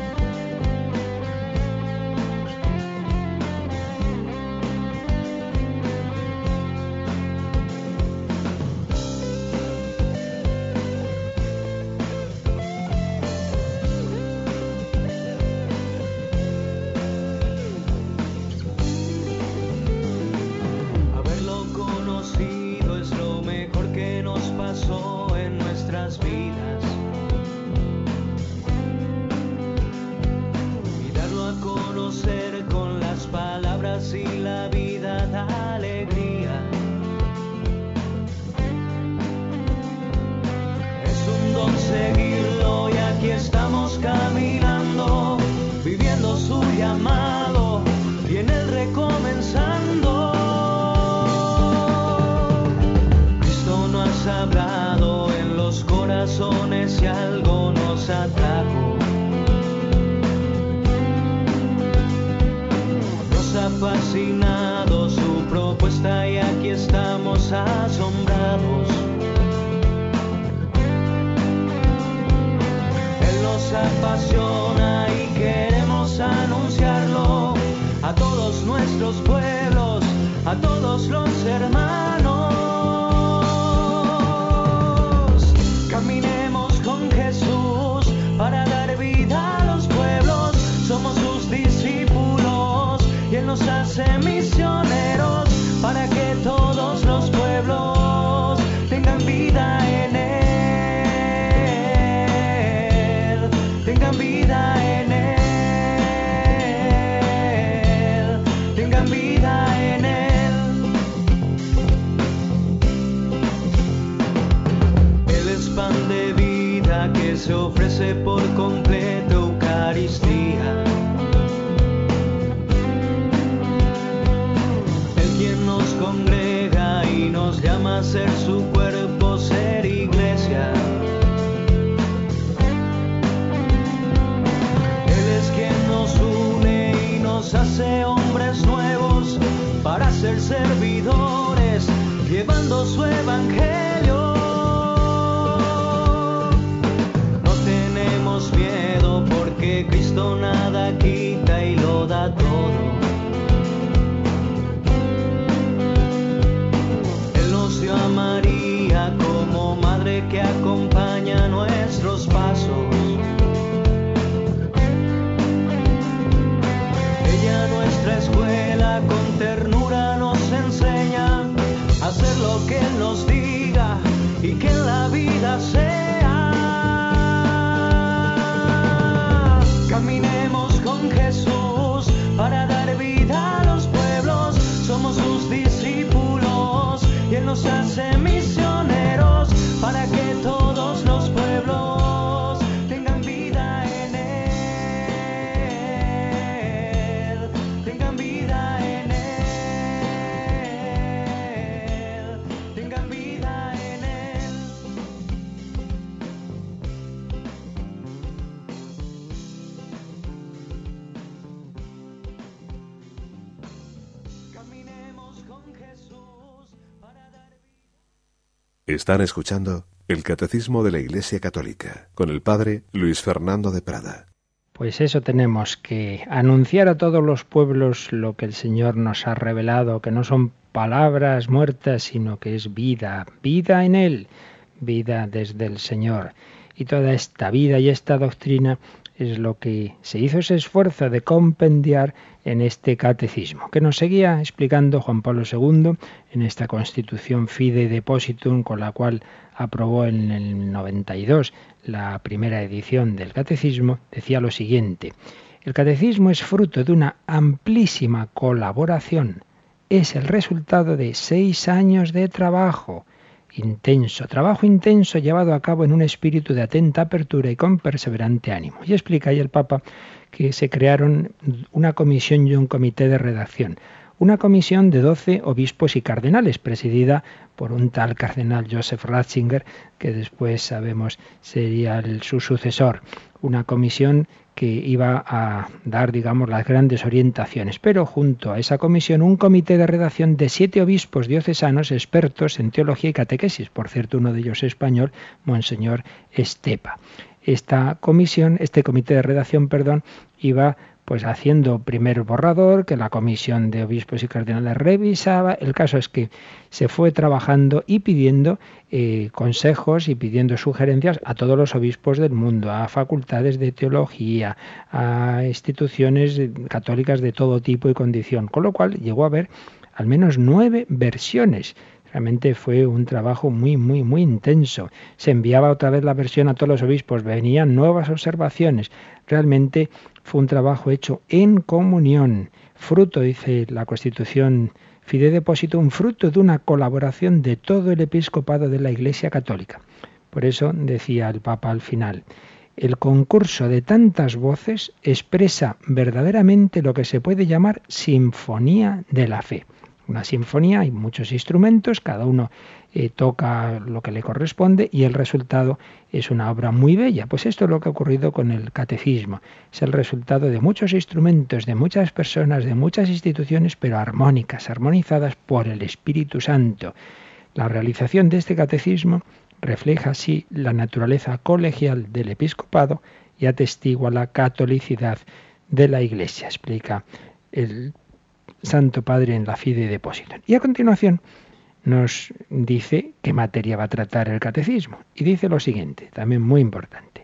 Haberlo conocido es lo mejor que nos pasó en nuestras vidas. Y darlo a conocer con las palabras y la vida da alegría. Es un don seguirlo y aquí estamos caminando, viviendo su llamado y en él recomenzando. Cristo no has hablado en los corazones y algo nos atrajo. Nos ha fascinado su propuesta y aquí estamos asombrados. Él nos apasiona y queremos anunciarlo a todos nuestros pueblos, a todos los hermanos. Caminemos con Jesús para dar vida a los pueblos. Somos sus discípulos y Él nos hace misioneros para que todos los pueblos tengan vida en Él, tengan vida en Él, tengan vida en Él. Él es pan de vida que se ofrece por completo Eucaristía. Él quien nos congrega y nos llama a ser su cuerpo, ser iglesia. Él es quien nos une y nos hace hombres nuevos para ser servidores, llevando su evangelio. No tenemos miedo porque Cristo nada quita y lo da todo. Él nos dio a María como madre que acompaña nuestros pasos. Ella, nuestra escuela, con ternura nos enseña a hacer lo que Él nos diga y que en la vida sea. Caminemos Están escuchando el Catecismo de la Iglesia Católica con el Padre Luis Fernando de Prada. Pues eso tenemos, que anunciar a todos los pueblos lo que el Señor nos ha revelado, que no son palabras muertas, sino que es vida, vida en Él, vida desde el Señor. Y toda esta vida y esta doctrina es lo que se hizo ese esfuerzo de compendiar en este catecismo, que nos seguía explicando Juan Pablo II en esta Constitución Fidei Depositum, con la cual aprobó en el 92 la primera edición del catecismo. Decía lo siguiente: el catecismo es fruto de una amplísima colaboración, es el resultado de 6 años de trabajo intenso llevado a cabo en un espíritu de atenta apertura y con perseverante ánimo. Y explica ahí el Papa que se crearon una comisión y un comité de redacción. Una comisión de 12 obispos y cardenales, presidida por un tal cardenal Joseph Ratzinger, que después sabemos sería su sucesor. Una comisión que iba a dar, digamos, las grandes orientaciones. Pero junto a esa comisión, un comité de redacción de 7 obispos diocesanos expertos en teología y catequesis. Por cierto, uno de ellos español, Monseñor Estepa. Esta comisión, este comité de redacción, iba pues haciendo primer borrador, que la comisión de obispos y cardenales revisaba. El caso es que se fue trabajando y pidiendo consejos y pidiendo sugerencias a todos los obispos del mundo, a facultades de teología, a instituciones católicas de todo tipo y condición, con lo cual llegó a haber al menos 9 versiones. Realmente fue un trabajo muy intenso. Se enviaba otra vez la versión a todos los obispos, venían nuevas observaciones. Realmente fue un trabajo hecho en comunión, fruto, dice la Constitución Fidei Depositum, fruto de una colaboración de todo el episcopado de la Iglesia Católica. Por eso decía el Papa al final: el concurso de tantas voces expresa verdaderamente lo que se puede llamar sinfonía de la fe. Una sinfonía, hay muchos instrumentos, cada uno toca lo que le corresponde y el resultado es una obra muy bella. Pues esto es lo que ha ocurrido con el catecismo. Es el resultado de muchos instrumentos, de muchas personas, de muchas instituciones, pero armónicas, armonizadas por el Espíritu Santo. La realización de este catecismo refleja así la naturaleza colegial del episcopado y atestigua la catolicidad de la Iglesia, explica el Santo Padre en la Fidei Depositum. Y a continuación nos dice qué materia va a tratar el catecismo. Y dice lo siguiente, también muy importante: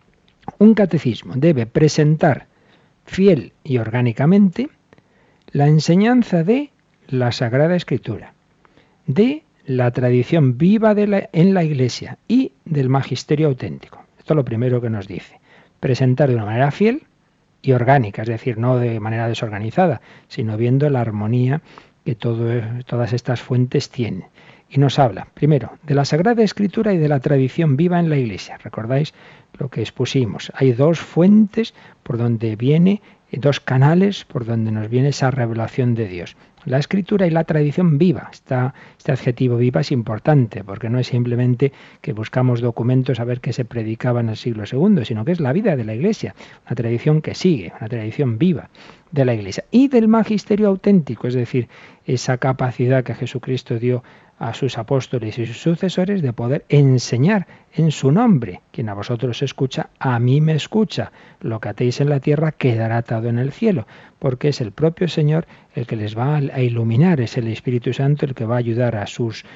un catecismo debe presentar fiel y orgánicamente la enseñanza de la Sagrada Escritura, de la tradición viva en la Iglesia y del magisterio auténtico. Esto es lo primero que nos dice. Presentar de una manera fiel y orgánica, es decir, no de manera desorganizada, sino viendo la armonía que todas estas fuentes tienen. Y nos habla, primero, de la Sagrada Escritura y de la tradición viva en la Iglesia. ¿Recordáis lo que expusimos? Hay 2 fuentes por donde viene, 2 canales por donde nos viene esa revelación de Dios: la Escritura y la tradición viva. Este adjetivo viva es importante, porque no es simplemente que buscamos documentos a ver qué se predicaba en el siglo II, sino que es la vida de la Iglesia, una tradición que sigue, una tradición viva de la Iglesia. Y del magisterio auténtico, es decir, esa capacidad que Jesucristo dio a sus apóstoles y sus sucesores de poder enseñar en su nombre. Quien a vosotros escucha, a mí me escucha. Lo que atéis en la tierra quedará atado en el cielo, porque es el propio Señor el que les va a iluminar, es el Espíritu Santo el que va a ayudar a sus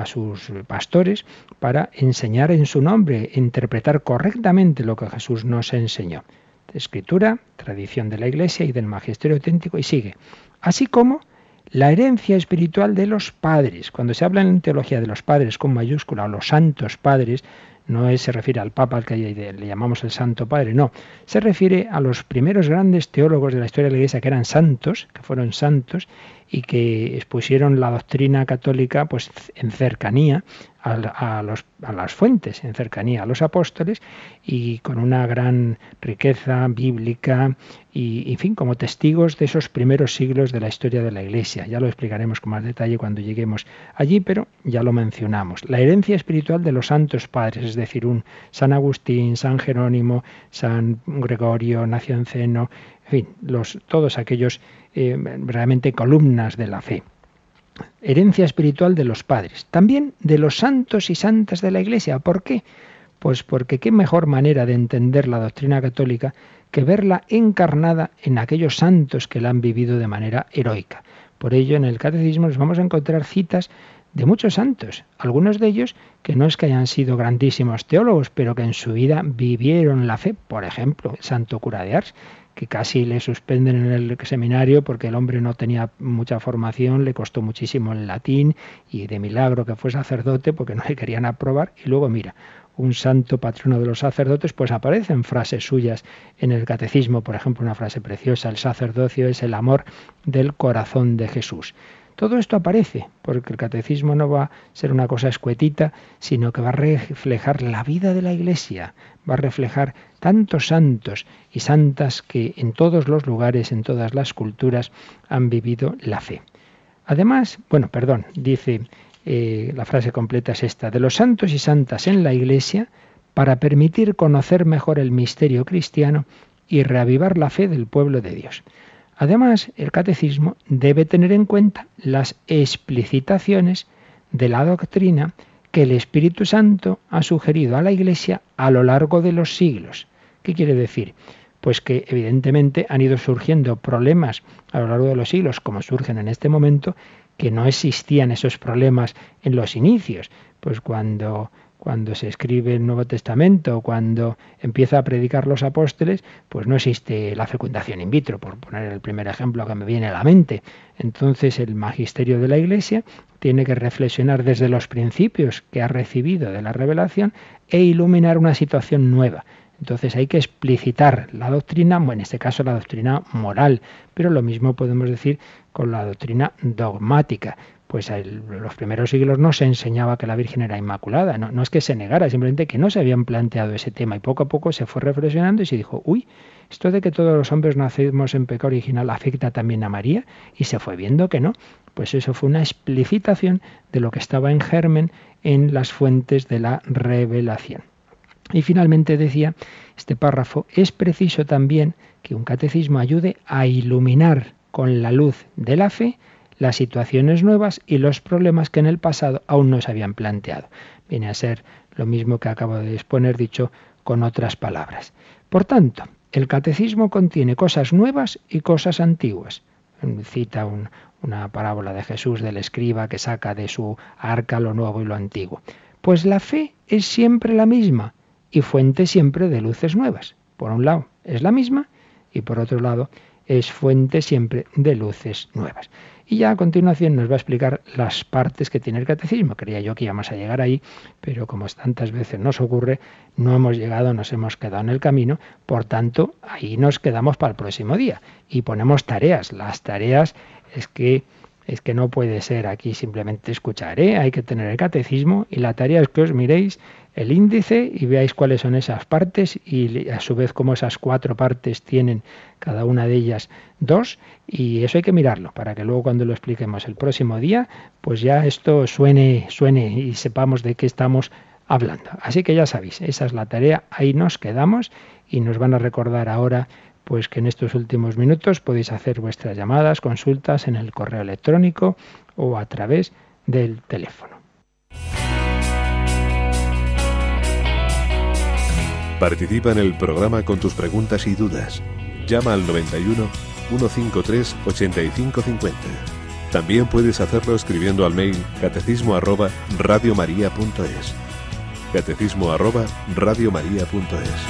pastores para enseñar en su nombre, interpretar correctamente lo que Jesús nos enseñó. Escritura, tradición de la Iglesia y del magisterio auténtico, y sigue. Así como la herencia espiritual de los padres. Cuando se habla en teología de los padres con mayúscula, o los santos padres, no se refiere al Papa al que le llamamos el Santo Padre, no. Se refiere a los primeros grandes teólogos de la historia de la Iglesia que eran santos, que fueron santos y que expusieron la doctrina católica pues en cercanía a las fuentes, en cercanía a los apóstoles y con una gran riqueza bíblica y, en fin, como testigos de esos primeros siglos de la historia de la Iglesia. Ya lo explicaremos con más detalle cuando lleguemos allí, pero ya lo mencionamos. La herencia espiritual de los santos padres, es decir, un San Agustín, San Jerónimo, San Gregorio Nacianceno, en fin, todos aquellos realmente columnas de la fe. herencia espiritual de los padres, también de los santos y santas de la Iglesia. ¿Por qué? Pues porque qué mejor manera de entender la doctrina católica que verla encarnada en aquellos santos que la han vivido de manera heroica. Por ello, en el Catecismo nos vamos a encontrar citas de muchos santos, algunos de ellos que no es que hayan sido grandísimos teólogos, pero que en su vida vivieron la fe. Por ejemplo, el santo cura de Ars, que casi le suspenden en el seminario porque el hombre no tenía mucha formación, le costó muchísimo el latín y de milagro que fue sacerdote porque no le querían aprobar. Y luego mira, un santo patrono de los sacerdotes, pues aparecen frases suyas en el Catecismo, por ejemplo, una frase preciosa: el sacerdocio es el amor del corazón de Jesús. Todo esto aparece, porque el Catecismo no va a ser una cosa escuetita, sino que va a reflejar la vida de la Iglesia, va a reflejar tantos santos y santas que en todos los lugares, en todas las culturas, han vivido la fe. Además, dice, la frase completa es esta: de los santos y santas en la Iglesia, para permitir conocer mejor el misterio cristiano y reavivar la fe del pueblo de Dios. Además, el Catecismo debe tener en cuenta las explicitaciones de la doctrina que el Espíritu Santo ha sugerido a la Iglesia a lo largo de los siglos. ¿Qué quiere decir? Pues que evidentemente han ido surgiendo problemas a lo largo de los siglos, como surgen en este momento, que no existían esos problemas en los inicios. Pues cuando se escribe el Nuevo Testamento, cuando empieza a predicar los apóstoles, pues no existe la fecundación in vitro, por poner el primer ejemplo que me viene a la mente. Entonces el magisterio de la Iglesia tiene que reflexionar desde los principios que ha recibido de la revelación e iluminar una situación nueva. Entonces hay que explicitar la doctrina, en este caso la doctrina moral, pero lo mismo podemos decir con la doctrina dogmática. Pues en los primeros siglos no se enseñaba que la Virgen era inmaculada, no es que se negara, simplemente que no se habían planteado ese tema, y poco a poco se fue reflexionando y se dijo, esto de que todos los hombres nacemos en pecado original afecta también a María, y se fue viendo que no. Pues eso fue una explicitación de lo que estaba en germen en las fuentes de la revelación. Y finalmente decía este párrafo: es preciso también que un catecismo ayude a iluminar con la luz de la fe las situaciones nuevas y los problemas que en el pasado aún no se habían planteado. Viene a ser lo mismo que acabo de exponer, dicho con otras palabras. Por tanto, el catecismo contiene cosas nuevas y cosas antiguas. Cita una parábola de Jesús del escriba que saca de su arca lo nuevo y lo antiguo. Pues la fe es siempre la misma y fuente siempre de luces nuevas. Por un lado es la misma y por otro lado es fuente siempre de luces nuevas. Y ya a continuación nos va a explicar las partes que tiene el catecismo. Creía yo que íbamos a llegar ahí, pero como tantas veces nos ocurre, no hemos llegado, nos hemos quedado en el camino. Por tanto, ahí nos quedamos para el próximo día. Y ponemos tareas. Las tareas es que no puede ser aquí simplemente escuchar, hay que tener el catecismo, y la tarea es que os miréis el índice y veáis cuáles son esas partes, y a su vez cómo esas 4 partes tienen cada una de ellas 2, y eso hay que mirarlo para que luego cuando lo expliquemos el próximo día, pues ya esto suene y sepamos de qué estamos hablando. Así que ya sabéis, esa es la tarea, ahí nos quedamos, y nos van a recordar ahora pues que en estos últimos minutos podéis hacer vuestras llamadas, consultas en el correo electrónico o a través del teléfono. Participa en el programa con tus preguntas y dudas. Llama al 91 153 8550. También puedes hacerlo escribiendo al mail catecismo@radiomaria.es. catecismo@radiomaria.es.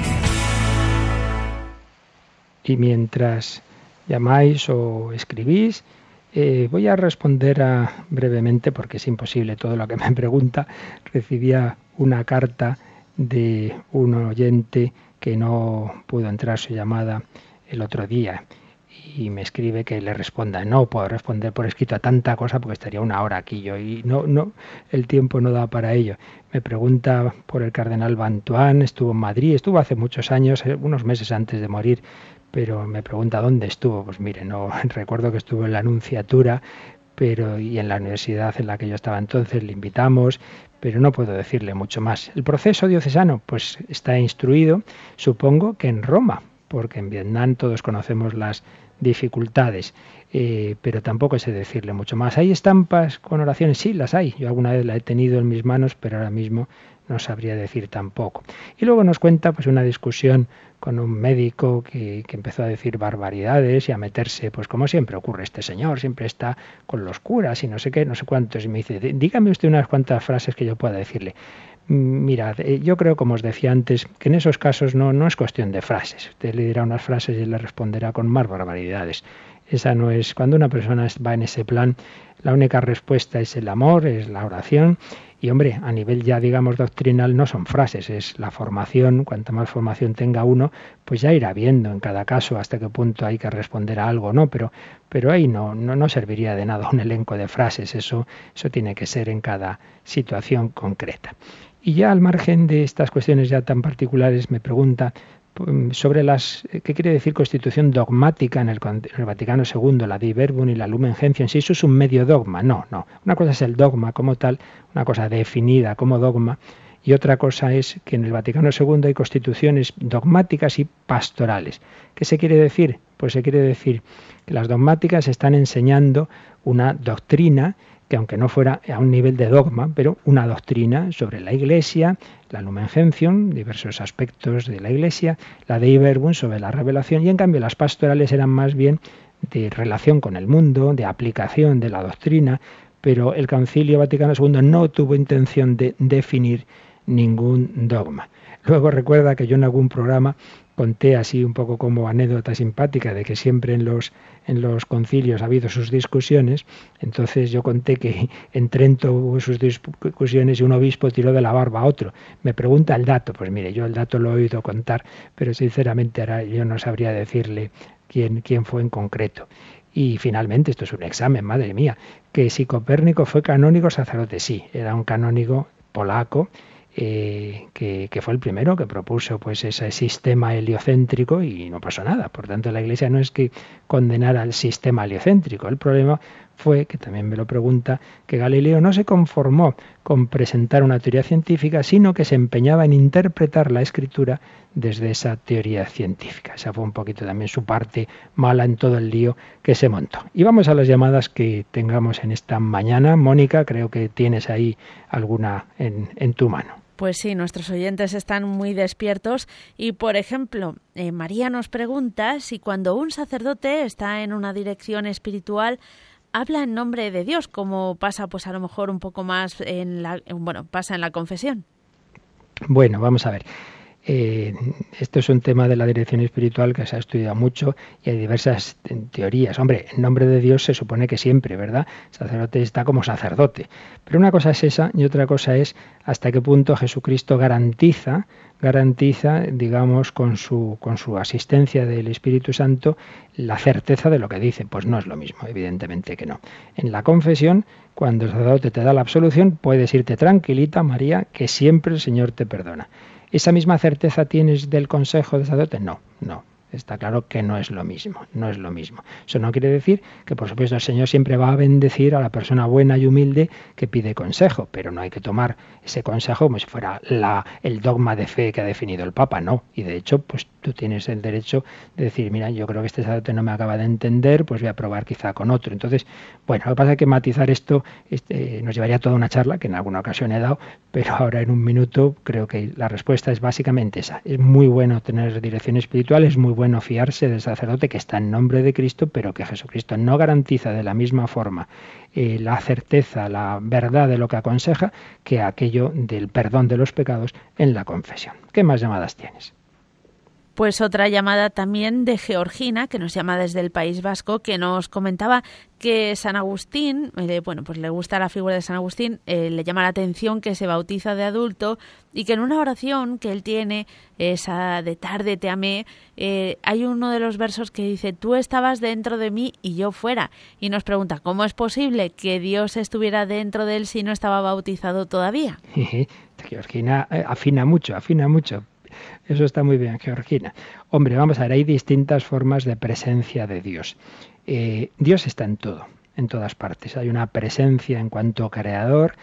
Y mientras llamáis o escribís, voy a responder brevemente, porque es imposible todo lo que me pregunta. Recibía una carta de un oyente que no pudo entrar su llamada el otro día y me escribe que le responda. No puedo responder por escrito a tanta cosa porque estaría 1 hora aquí yo y no el tiempo no da para ello. Me pregunta por el cardenal Bantuán, estuvo en Madrid, estuvo hace muchos años, unos meses antes de morir, pero me pregunta dónde estuvo. Pues mire, no recuerdo que estuvo en la Nunciatura, y en la universidad en la que yo estaba entonces le invitamos, pero no puedo decirle mucho más. El proceso diocesano, pues está instruido, supongo que en Roma, porque en Vietnam todos conocemos las dificultades. Pero tampoco sé decirle mucho más. ¿Hay estampas con oraciones? Sí, las hay. Yo alguna vez la he tenido en mis manos, pero ahora mismo no sabría decir tampoco. Y luego nos cuenta pues una discusión con un médico que empezó a decir barbaridades y a meterse, pues como siempre ocurre, este señor siempre está con los curas y no sé qué, no sé cuántos, y me dice, dígame usted unas cuantas frases que yo pueda decirle. Mirad, yo creo, como os decía antes, que en esos casos no es cuestión de frases. Usted le dirá unas frases y él le responderá con más barbaridades. Esa no es, cuando una persona va en ese plan, la única respuesta es el amor, es la oración. Y hombre, a nivel ya digamos doctrinal no son frases, es la formación. Cuanta más formación tenga uno, pues ya irá viendo en cada caso hasta qué punto hay que responder a algo, ¿no? Pero ahí no serviría de nada un elenco de frases, eso tiene que ser en cada situación concreta. Y ya al margen de estas cuestiones ya tan particulares me pregunta sobre qué quiere decir constitución dogmática en el Vaticano II, la Dei Verbum y la Lumen Gentium, si eso es un medio dogma. No. Una cosa es el dogma como tal, una cosa definida como dogma, y otra cosa es que en el Vaticano II hay constituciones dogmáticas y pastorales. ¿Qué se quiere decir? Pues se quiere decir que las dogmáticas están enseñando una doctrina que aunque no fuera a un nivel de dogma, pero una doctrina sobre la Iglesia, la Lumen Gentium, diversos aspectos de la Iglesia, la Dei Verbum sobre la revelación, y en cambio las pastorales eran más bien de relación con el mundo, de aplicación de la doctrina, pero el Concilio Vaticano II no tuvo intención de definir ningún dogma. Luego recuerda que yo en algún programa conté así un poco como anécdota simpática de que siempre en los concilios ha habido sus discusiones. Entonces yo conté que en Trento hubo sus discusiones y un obispo tiró de la barba a otro. Me pregunta el dato. Pues mire, yo el dato lo he oído contar, pero sinceramente ahora yo no sabría decirle quién fue en concreto. Y finalmente, esto es un examen, madre mía, que si Copérnico fue canónigo sacerdote. Sí, era un canónigo polaco, que fue el primero que propuso pues ese sistema heliocéntrico y no pasó nada. Por tanto, la Iglesia no es que condenara al sistema heliocéntrico. El problema fue, que también me lo pregunta, que Galileo no se conformó con presentar una teoría científica, sino que se empeñaba en interpretar la Escritura desde esa teoría científica. Esa fue un poquito también su parte mala en todo el lío que se montó. Y vamos a las llamadas que tengamos en esta mañana. Mónica, creo que tienes ahí alguna en tu mano. Pues sí, nuestros oyentes están muy despiertos y, por ejemplo, María nos pregunta si cuando un sacerdote está en una dirección espiritual habla en nombre de Dios, como pasa pues a lo mejor un poco más pasa en la confesión. Bueno, vamos a ver. Esto es un tema de la dirección espiritual que se ha estudiado mucho y hay diversas teorías. Hombre, en nombre de Dios se supone que siempre, ¿verdad? El sacerdote está como sacerdote. Pero una cosa es esa y otra cosa es hasta qué punto Jesucristo garantiza, digamos, con su asistencia del Espíritu Santo, la certeza de lo que dice. Pues no es lo mismo, evidentemente que no. En la confesión, cuando el sacerdote te da la absolución, puedes irte tranquilita, María, que siempre el Señor te perdona. ¿Esa misma certeza tienes del consejo de sacerdote? No. Está claro que no es lo mismo. Eso no quiere decir que, por supuesto, el Señor siempre va a bendecir a la persona buena y humilde que pide consejo, pero no hay que tomar ese consejo como si fuera el dogma de fe que ha definido el Papa, no. Y de hecho, pues tú tienes el derecho de decir, mira, yo creo que este sacerdote no me acaba de entender, pues voy a probar quizá con otro. Entonces, bueno, lo que pasa es que matizar esto nos llevaría toda una charla, que en alguna ocasión he dado, pero ahora en un minuto creo que la respuesta es básicamente esa. Es muy bueno tener dirección espiritual, es muy bueno fiarse del sacerdote que está en nombre de Cristo, pero que Jesucristo no garantiza de la misma forma la certeza, la verdad de lo que aconseja, que aquello del perdón de los pecados en la confesión. ¿Qué más llamadas tienes? Pues otra llamada también de Georgina, que nos llama desde el País Vasco, que nos comentaba que San Agustín, pues le gusta la figura de San Agustín, le llama la atención que se bautiza de adulto y que en una oración que él tiene, esa de tarde te amé, hay uno de los versos que dice, tú estabas dentro de mí y yo fuera. Y nos pregunta, ¿cómo es posible que Dios estuviera dentro de él si no estaba bautizado todavía? Georgina afina mucho. Eso está muy bien, Georgina. Hombre, vamos a ver, hay distintas formas de presencia de Dios. Dios está en todo, en todas partes. Hay una presencia en cuanto creador,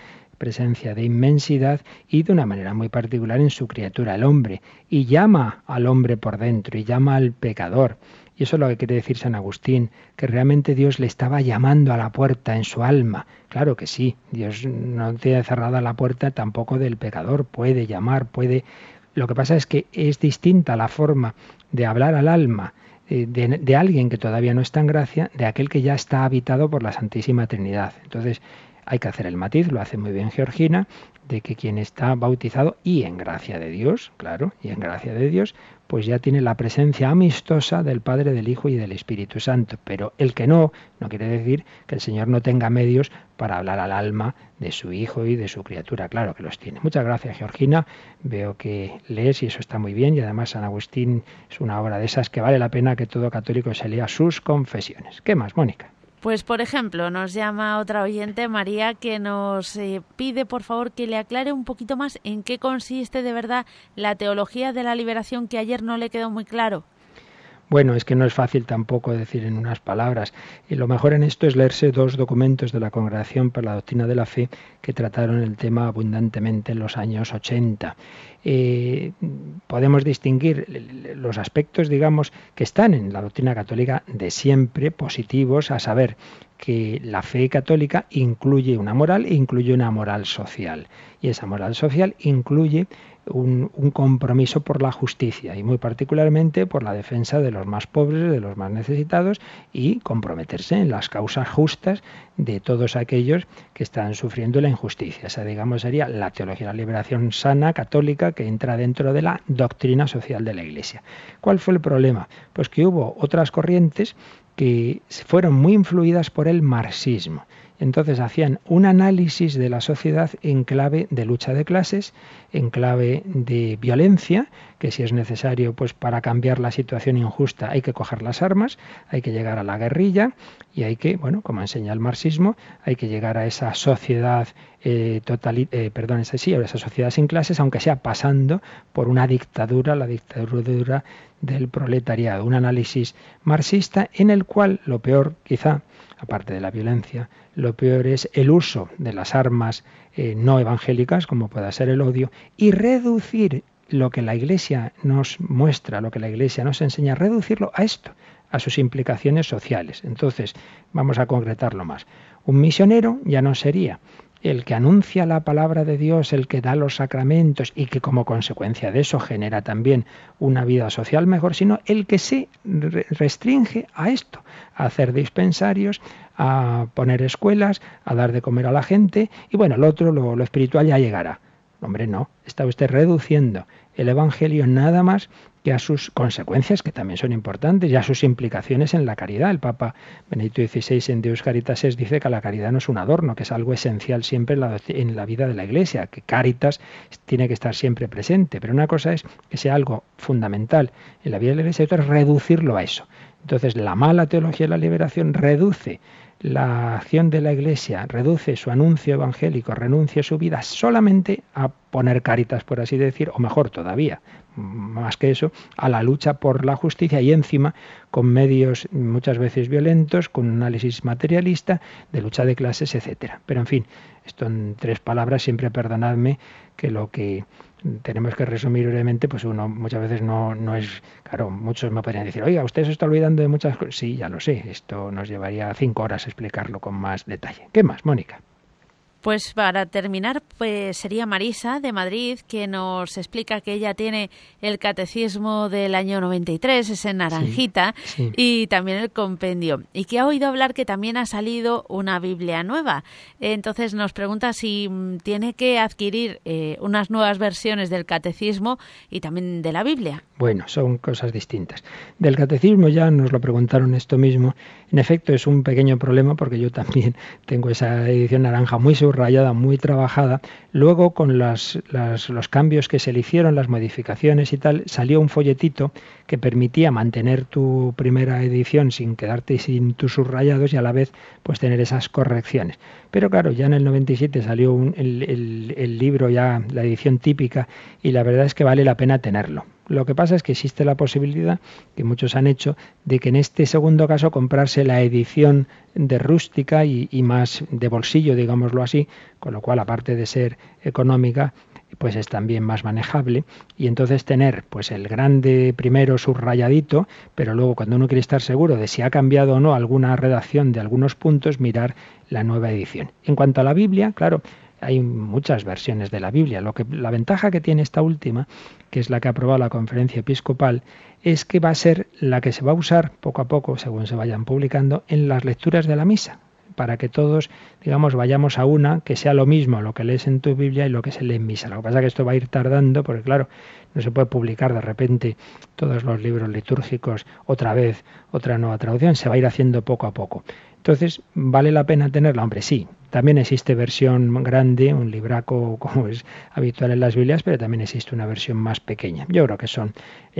presencia de inmensidad y de una manera muy particular en su criatura, el hombre, y llama al hombre por dentro y llama al pecador. Y eso es lo que quiere decir San Agustín, que realmente Dios le estaba llamando a la puerta en su alma. Claro que sí, Dios no tiene cerrada la puerta tampoco del pecador, puede llamar, puede... Lo que pasa es que es distinta la forma de hablar al alma de alguien que todavía no está en gracia, de aquel que ya está habitado por la Santísima Trinidad. Entonces hay que hacer el matiz, lo hace muy bien Georgina, de que quien está bautizado y en gracia de Dios, claro, y en gracia de Dios, pues ya tiene la presencia amistosa del Padre, del Hijo y del Espíritu Santo. Pero el que no quiere decir que el Señor no tenga medios para hablar al alma de su Hijo y de su criatura. Claro que los tiene. Muchas gracias, Georgina. Veo que lees y eso está muy bien. Y además San Agustín es una obra de esas que vale la pena que todo católico se lea sus confesiones. ¿Qué más, Mónica? Pues, por ejemplo, nos llama otra oyente, María, que nos pide, por favor, que le aclare un poquito más en qué consiste de verdad la teología de la liberación, que ayer no le quedó muy claro. Bueno, es que no es fácil tampoco decir en unas palabras. Y lo mejor en esto es leerse 2 documentos de la Congregación para la Doctrina de la Fe que trataron el tema abundantemente en los años 80. Podemos distinguir los aspectos, digamos, que están en la doctrina católica de siempre, positivos, a saber, que la fe católica incluye una moral e incluye una moral social. Y esa moral social incluye un compromiso por la justicia y muy particularmente por la defensa de los más pobres, de los más necesitados y comprometerse en las causas justas de todos aquellos que están sufriendo la injusticia. Esa, digamos, sería la teología de la liberación sana, católica, que entra dentro de la doctrina social de la Iglesia. ¿Cuál fue el problema? Pues que hubo otras corrientes que fueron muy influidas por el marxismo. Entonces hacían un análisis de la sociedad en clave de lucha de clases, en clave de violencia, que si es necesario, pues para cambiar la situación injusta hay que coger las armas, hay que llegar a la guerrilla y hay que, bueno, como enseña el marxismo, hay que llegar a esa sociedad esa sociedad sin clases, aunque sea pasando por una dictadura, la dictadura del proletariado. Un análisis marxista en el cual lo peor, quizá, aparte de la violencia, lo peor es el uso de las armas no evangélicas, como pueda ser el odio, y reducir lo que la Iglesia nos muestra, lo que la Iglesia nos enseña, reducirlo a esto, a sus implicaciones sociales. Entonces, vamos a concretarlo más. Un misionero ya no sería el que anuncia la palabra de Dios, el que da los sacramentos y que como consecuencia de eso genera también una vida social mejor, sino el que se restringe a esto, a hacer dispensarios, a poner escuelas, a dar de comer a la gente y bueno, lo otro, lo espiritual ya llegará. Hombre, no, está usted reduciendo el Evangelio nada más que a sus consecuencias, que también son importantes, y a sus implicaciones en la caridad. El Papa Benedicto XVI en Deus Caritatis dice que la caridad no es un adorno, que es algo esencial siempre en la vida de la Iglesia, que Caritas tiene que estar siempre presente. Pero una cosa es que sea algo fundamental en la vida de la Iglesia y otra es reducirlo a eso. Entonces, la mala teología de la liberación reduce la acción de la Iglesia, reduce su anuncio evangélico, renuncia su vida solamente a poner Caritas, por así decir, o mejor todavía, más que eso, a la lucha por la justicia y encima con medios muchas veces violentos, con un análisis materialista de lucha de clases, etcétera. Pero en fin, esto en 3 palabras, siempre perdonadme que lo que tenemos que resumir brevemente, pues uno muchas veces no es... Claro, muchos me podrían decir, oiga, usted se está olvidando de muchas cosas. Sí, ya lo sé, esto nos llevaría 5 horas explicarlo con más detalle. ¿Qué más, Mónica? Pues para terminar, pues sería Marisa de Madrid, que nos explica que ella tiene el catecismo del año 93, ese naranjita, sí. Y también el compendio, y que ha oído hablar que también ha salido una Biblia nueva. Entonces nos pregunta si tiene que adquirir unas nuevas versiones del catecismo y también de la Biblia. Bueno, son cosas distintas. Del catecismo ya nos lo preguntaron esto mismo. En efecto, es un pequeño problema porque yo también tengo esa edición naranja muy subrayada, muy trabajada. Luego, con los cambios que se le hicieron, las modificaciones y tal, salió un folletito que permitía mantener tu primera edición sin quedarte sin tus subrayados y a la vez pues tener esas correcciones. Pero claro, ya en el 97 salió el libro, ya la edición típica, y la verdad es que vale la pena tenerlo. Lo que pasa es que existe la posibilidad, que muchos han hecho, de que en este segundo caso comprarse la edición de rústica y más de bolsillo, digámoslo así, con lo cual, aparte de ser económica, pues es también más manejable, y entonces tener pues el grande primero subrayadito, pero luego cuando uno quiere estar seguro de si ha cambiado o no alguna redacción de algunos puntos, mirar la nueva edición. En cuanto a la Biblia, claro, hay muchas versiones de la Biblia. La ventaja que tiene esta última, que es la que ha aprobado la Conferencia Episcopal, es que va a ser la que se va a usar poco a poco, según se vayan publicando, en las lecturas de la misa, para que todos, digamos, vayamos a una que sea lo mismo lo que lees en tu Biblia y lo que se lee en misa. Lo que pasa es que esto va a ir tardando, porque claro, no se puede publicar de repente todos los libros litúrgicos otra vez, otra nueva traducción, se va a ir haciendo poco a poco. Entonces, ¿vale la pena tenerla? Hombre, sí. También existe versión grande, un libraco como es habitual en las Biblias, pero también existe una versión más pequeña. Yo creo que son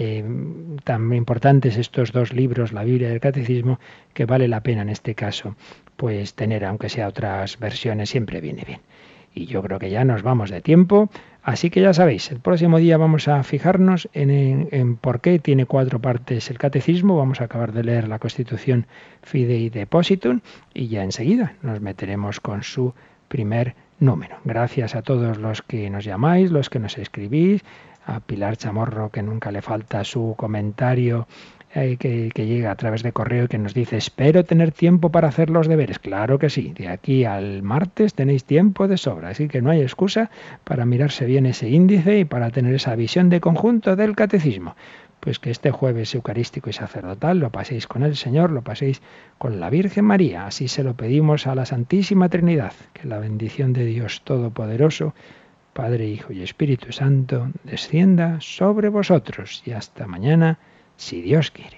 tan importantes estos dos libros, la Biblia y el Catecismo, que vale la pena en este caso pues tener, aunque sea otras versiones, siempre viene bien. Y yo creo que ya nos vamos de tiempo, así que ya sabéis, el próximo día vamos a fijarnos en por qué tiene 4 partes el Catecismo. Vamos a acabar de leer la Constitución Fidei Depositum y ya enseguida nos meteremos con su primer número. Gracias a todos los que nos llamáis, los que nos escribís, a Pilar Chamorro, que nunca le falta su comentario que llega a través de correo y que nos dice: espero tener tiempo para hacer los deberes. Claro que sí, de aquí al martes tenéis tiempo de sobra, así que no hay excusa para mirarse bien ese índice y para tener esa visión de conjunto del Catecismo. Pues que este jueves eucarístico y sacerdotal lo paséis con el Señor, lo paséis con la Virgen María. Así se lo pedimos a la Santísima Trinidad, que la bendición de Dios Todopoderoso, Padre, Hijo y Espíritu Santo, descienda sobre vosotros. Y hasta mañana, si Dios quiere.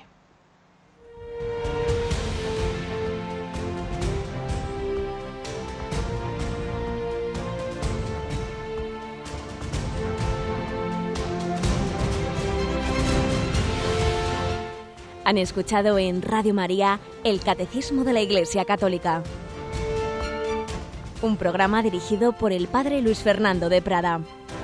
Han escuchado en Radio María el Catecismo de la Iglesia Católica, un programa dirigido por el Padre Luis Fernando de Prada.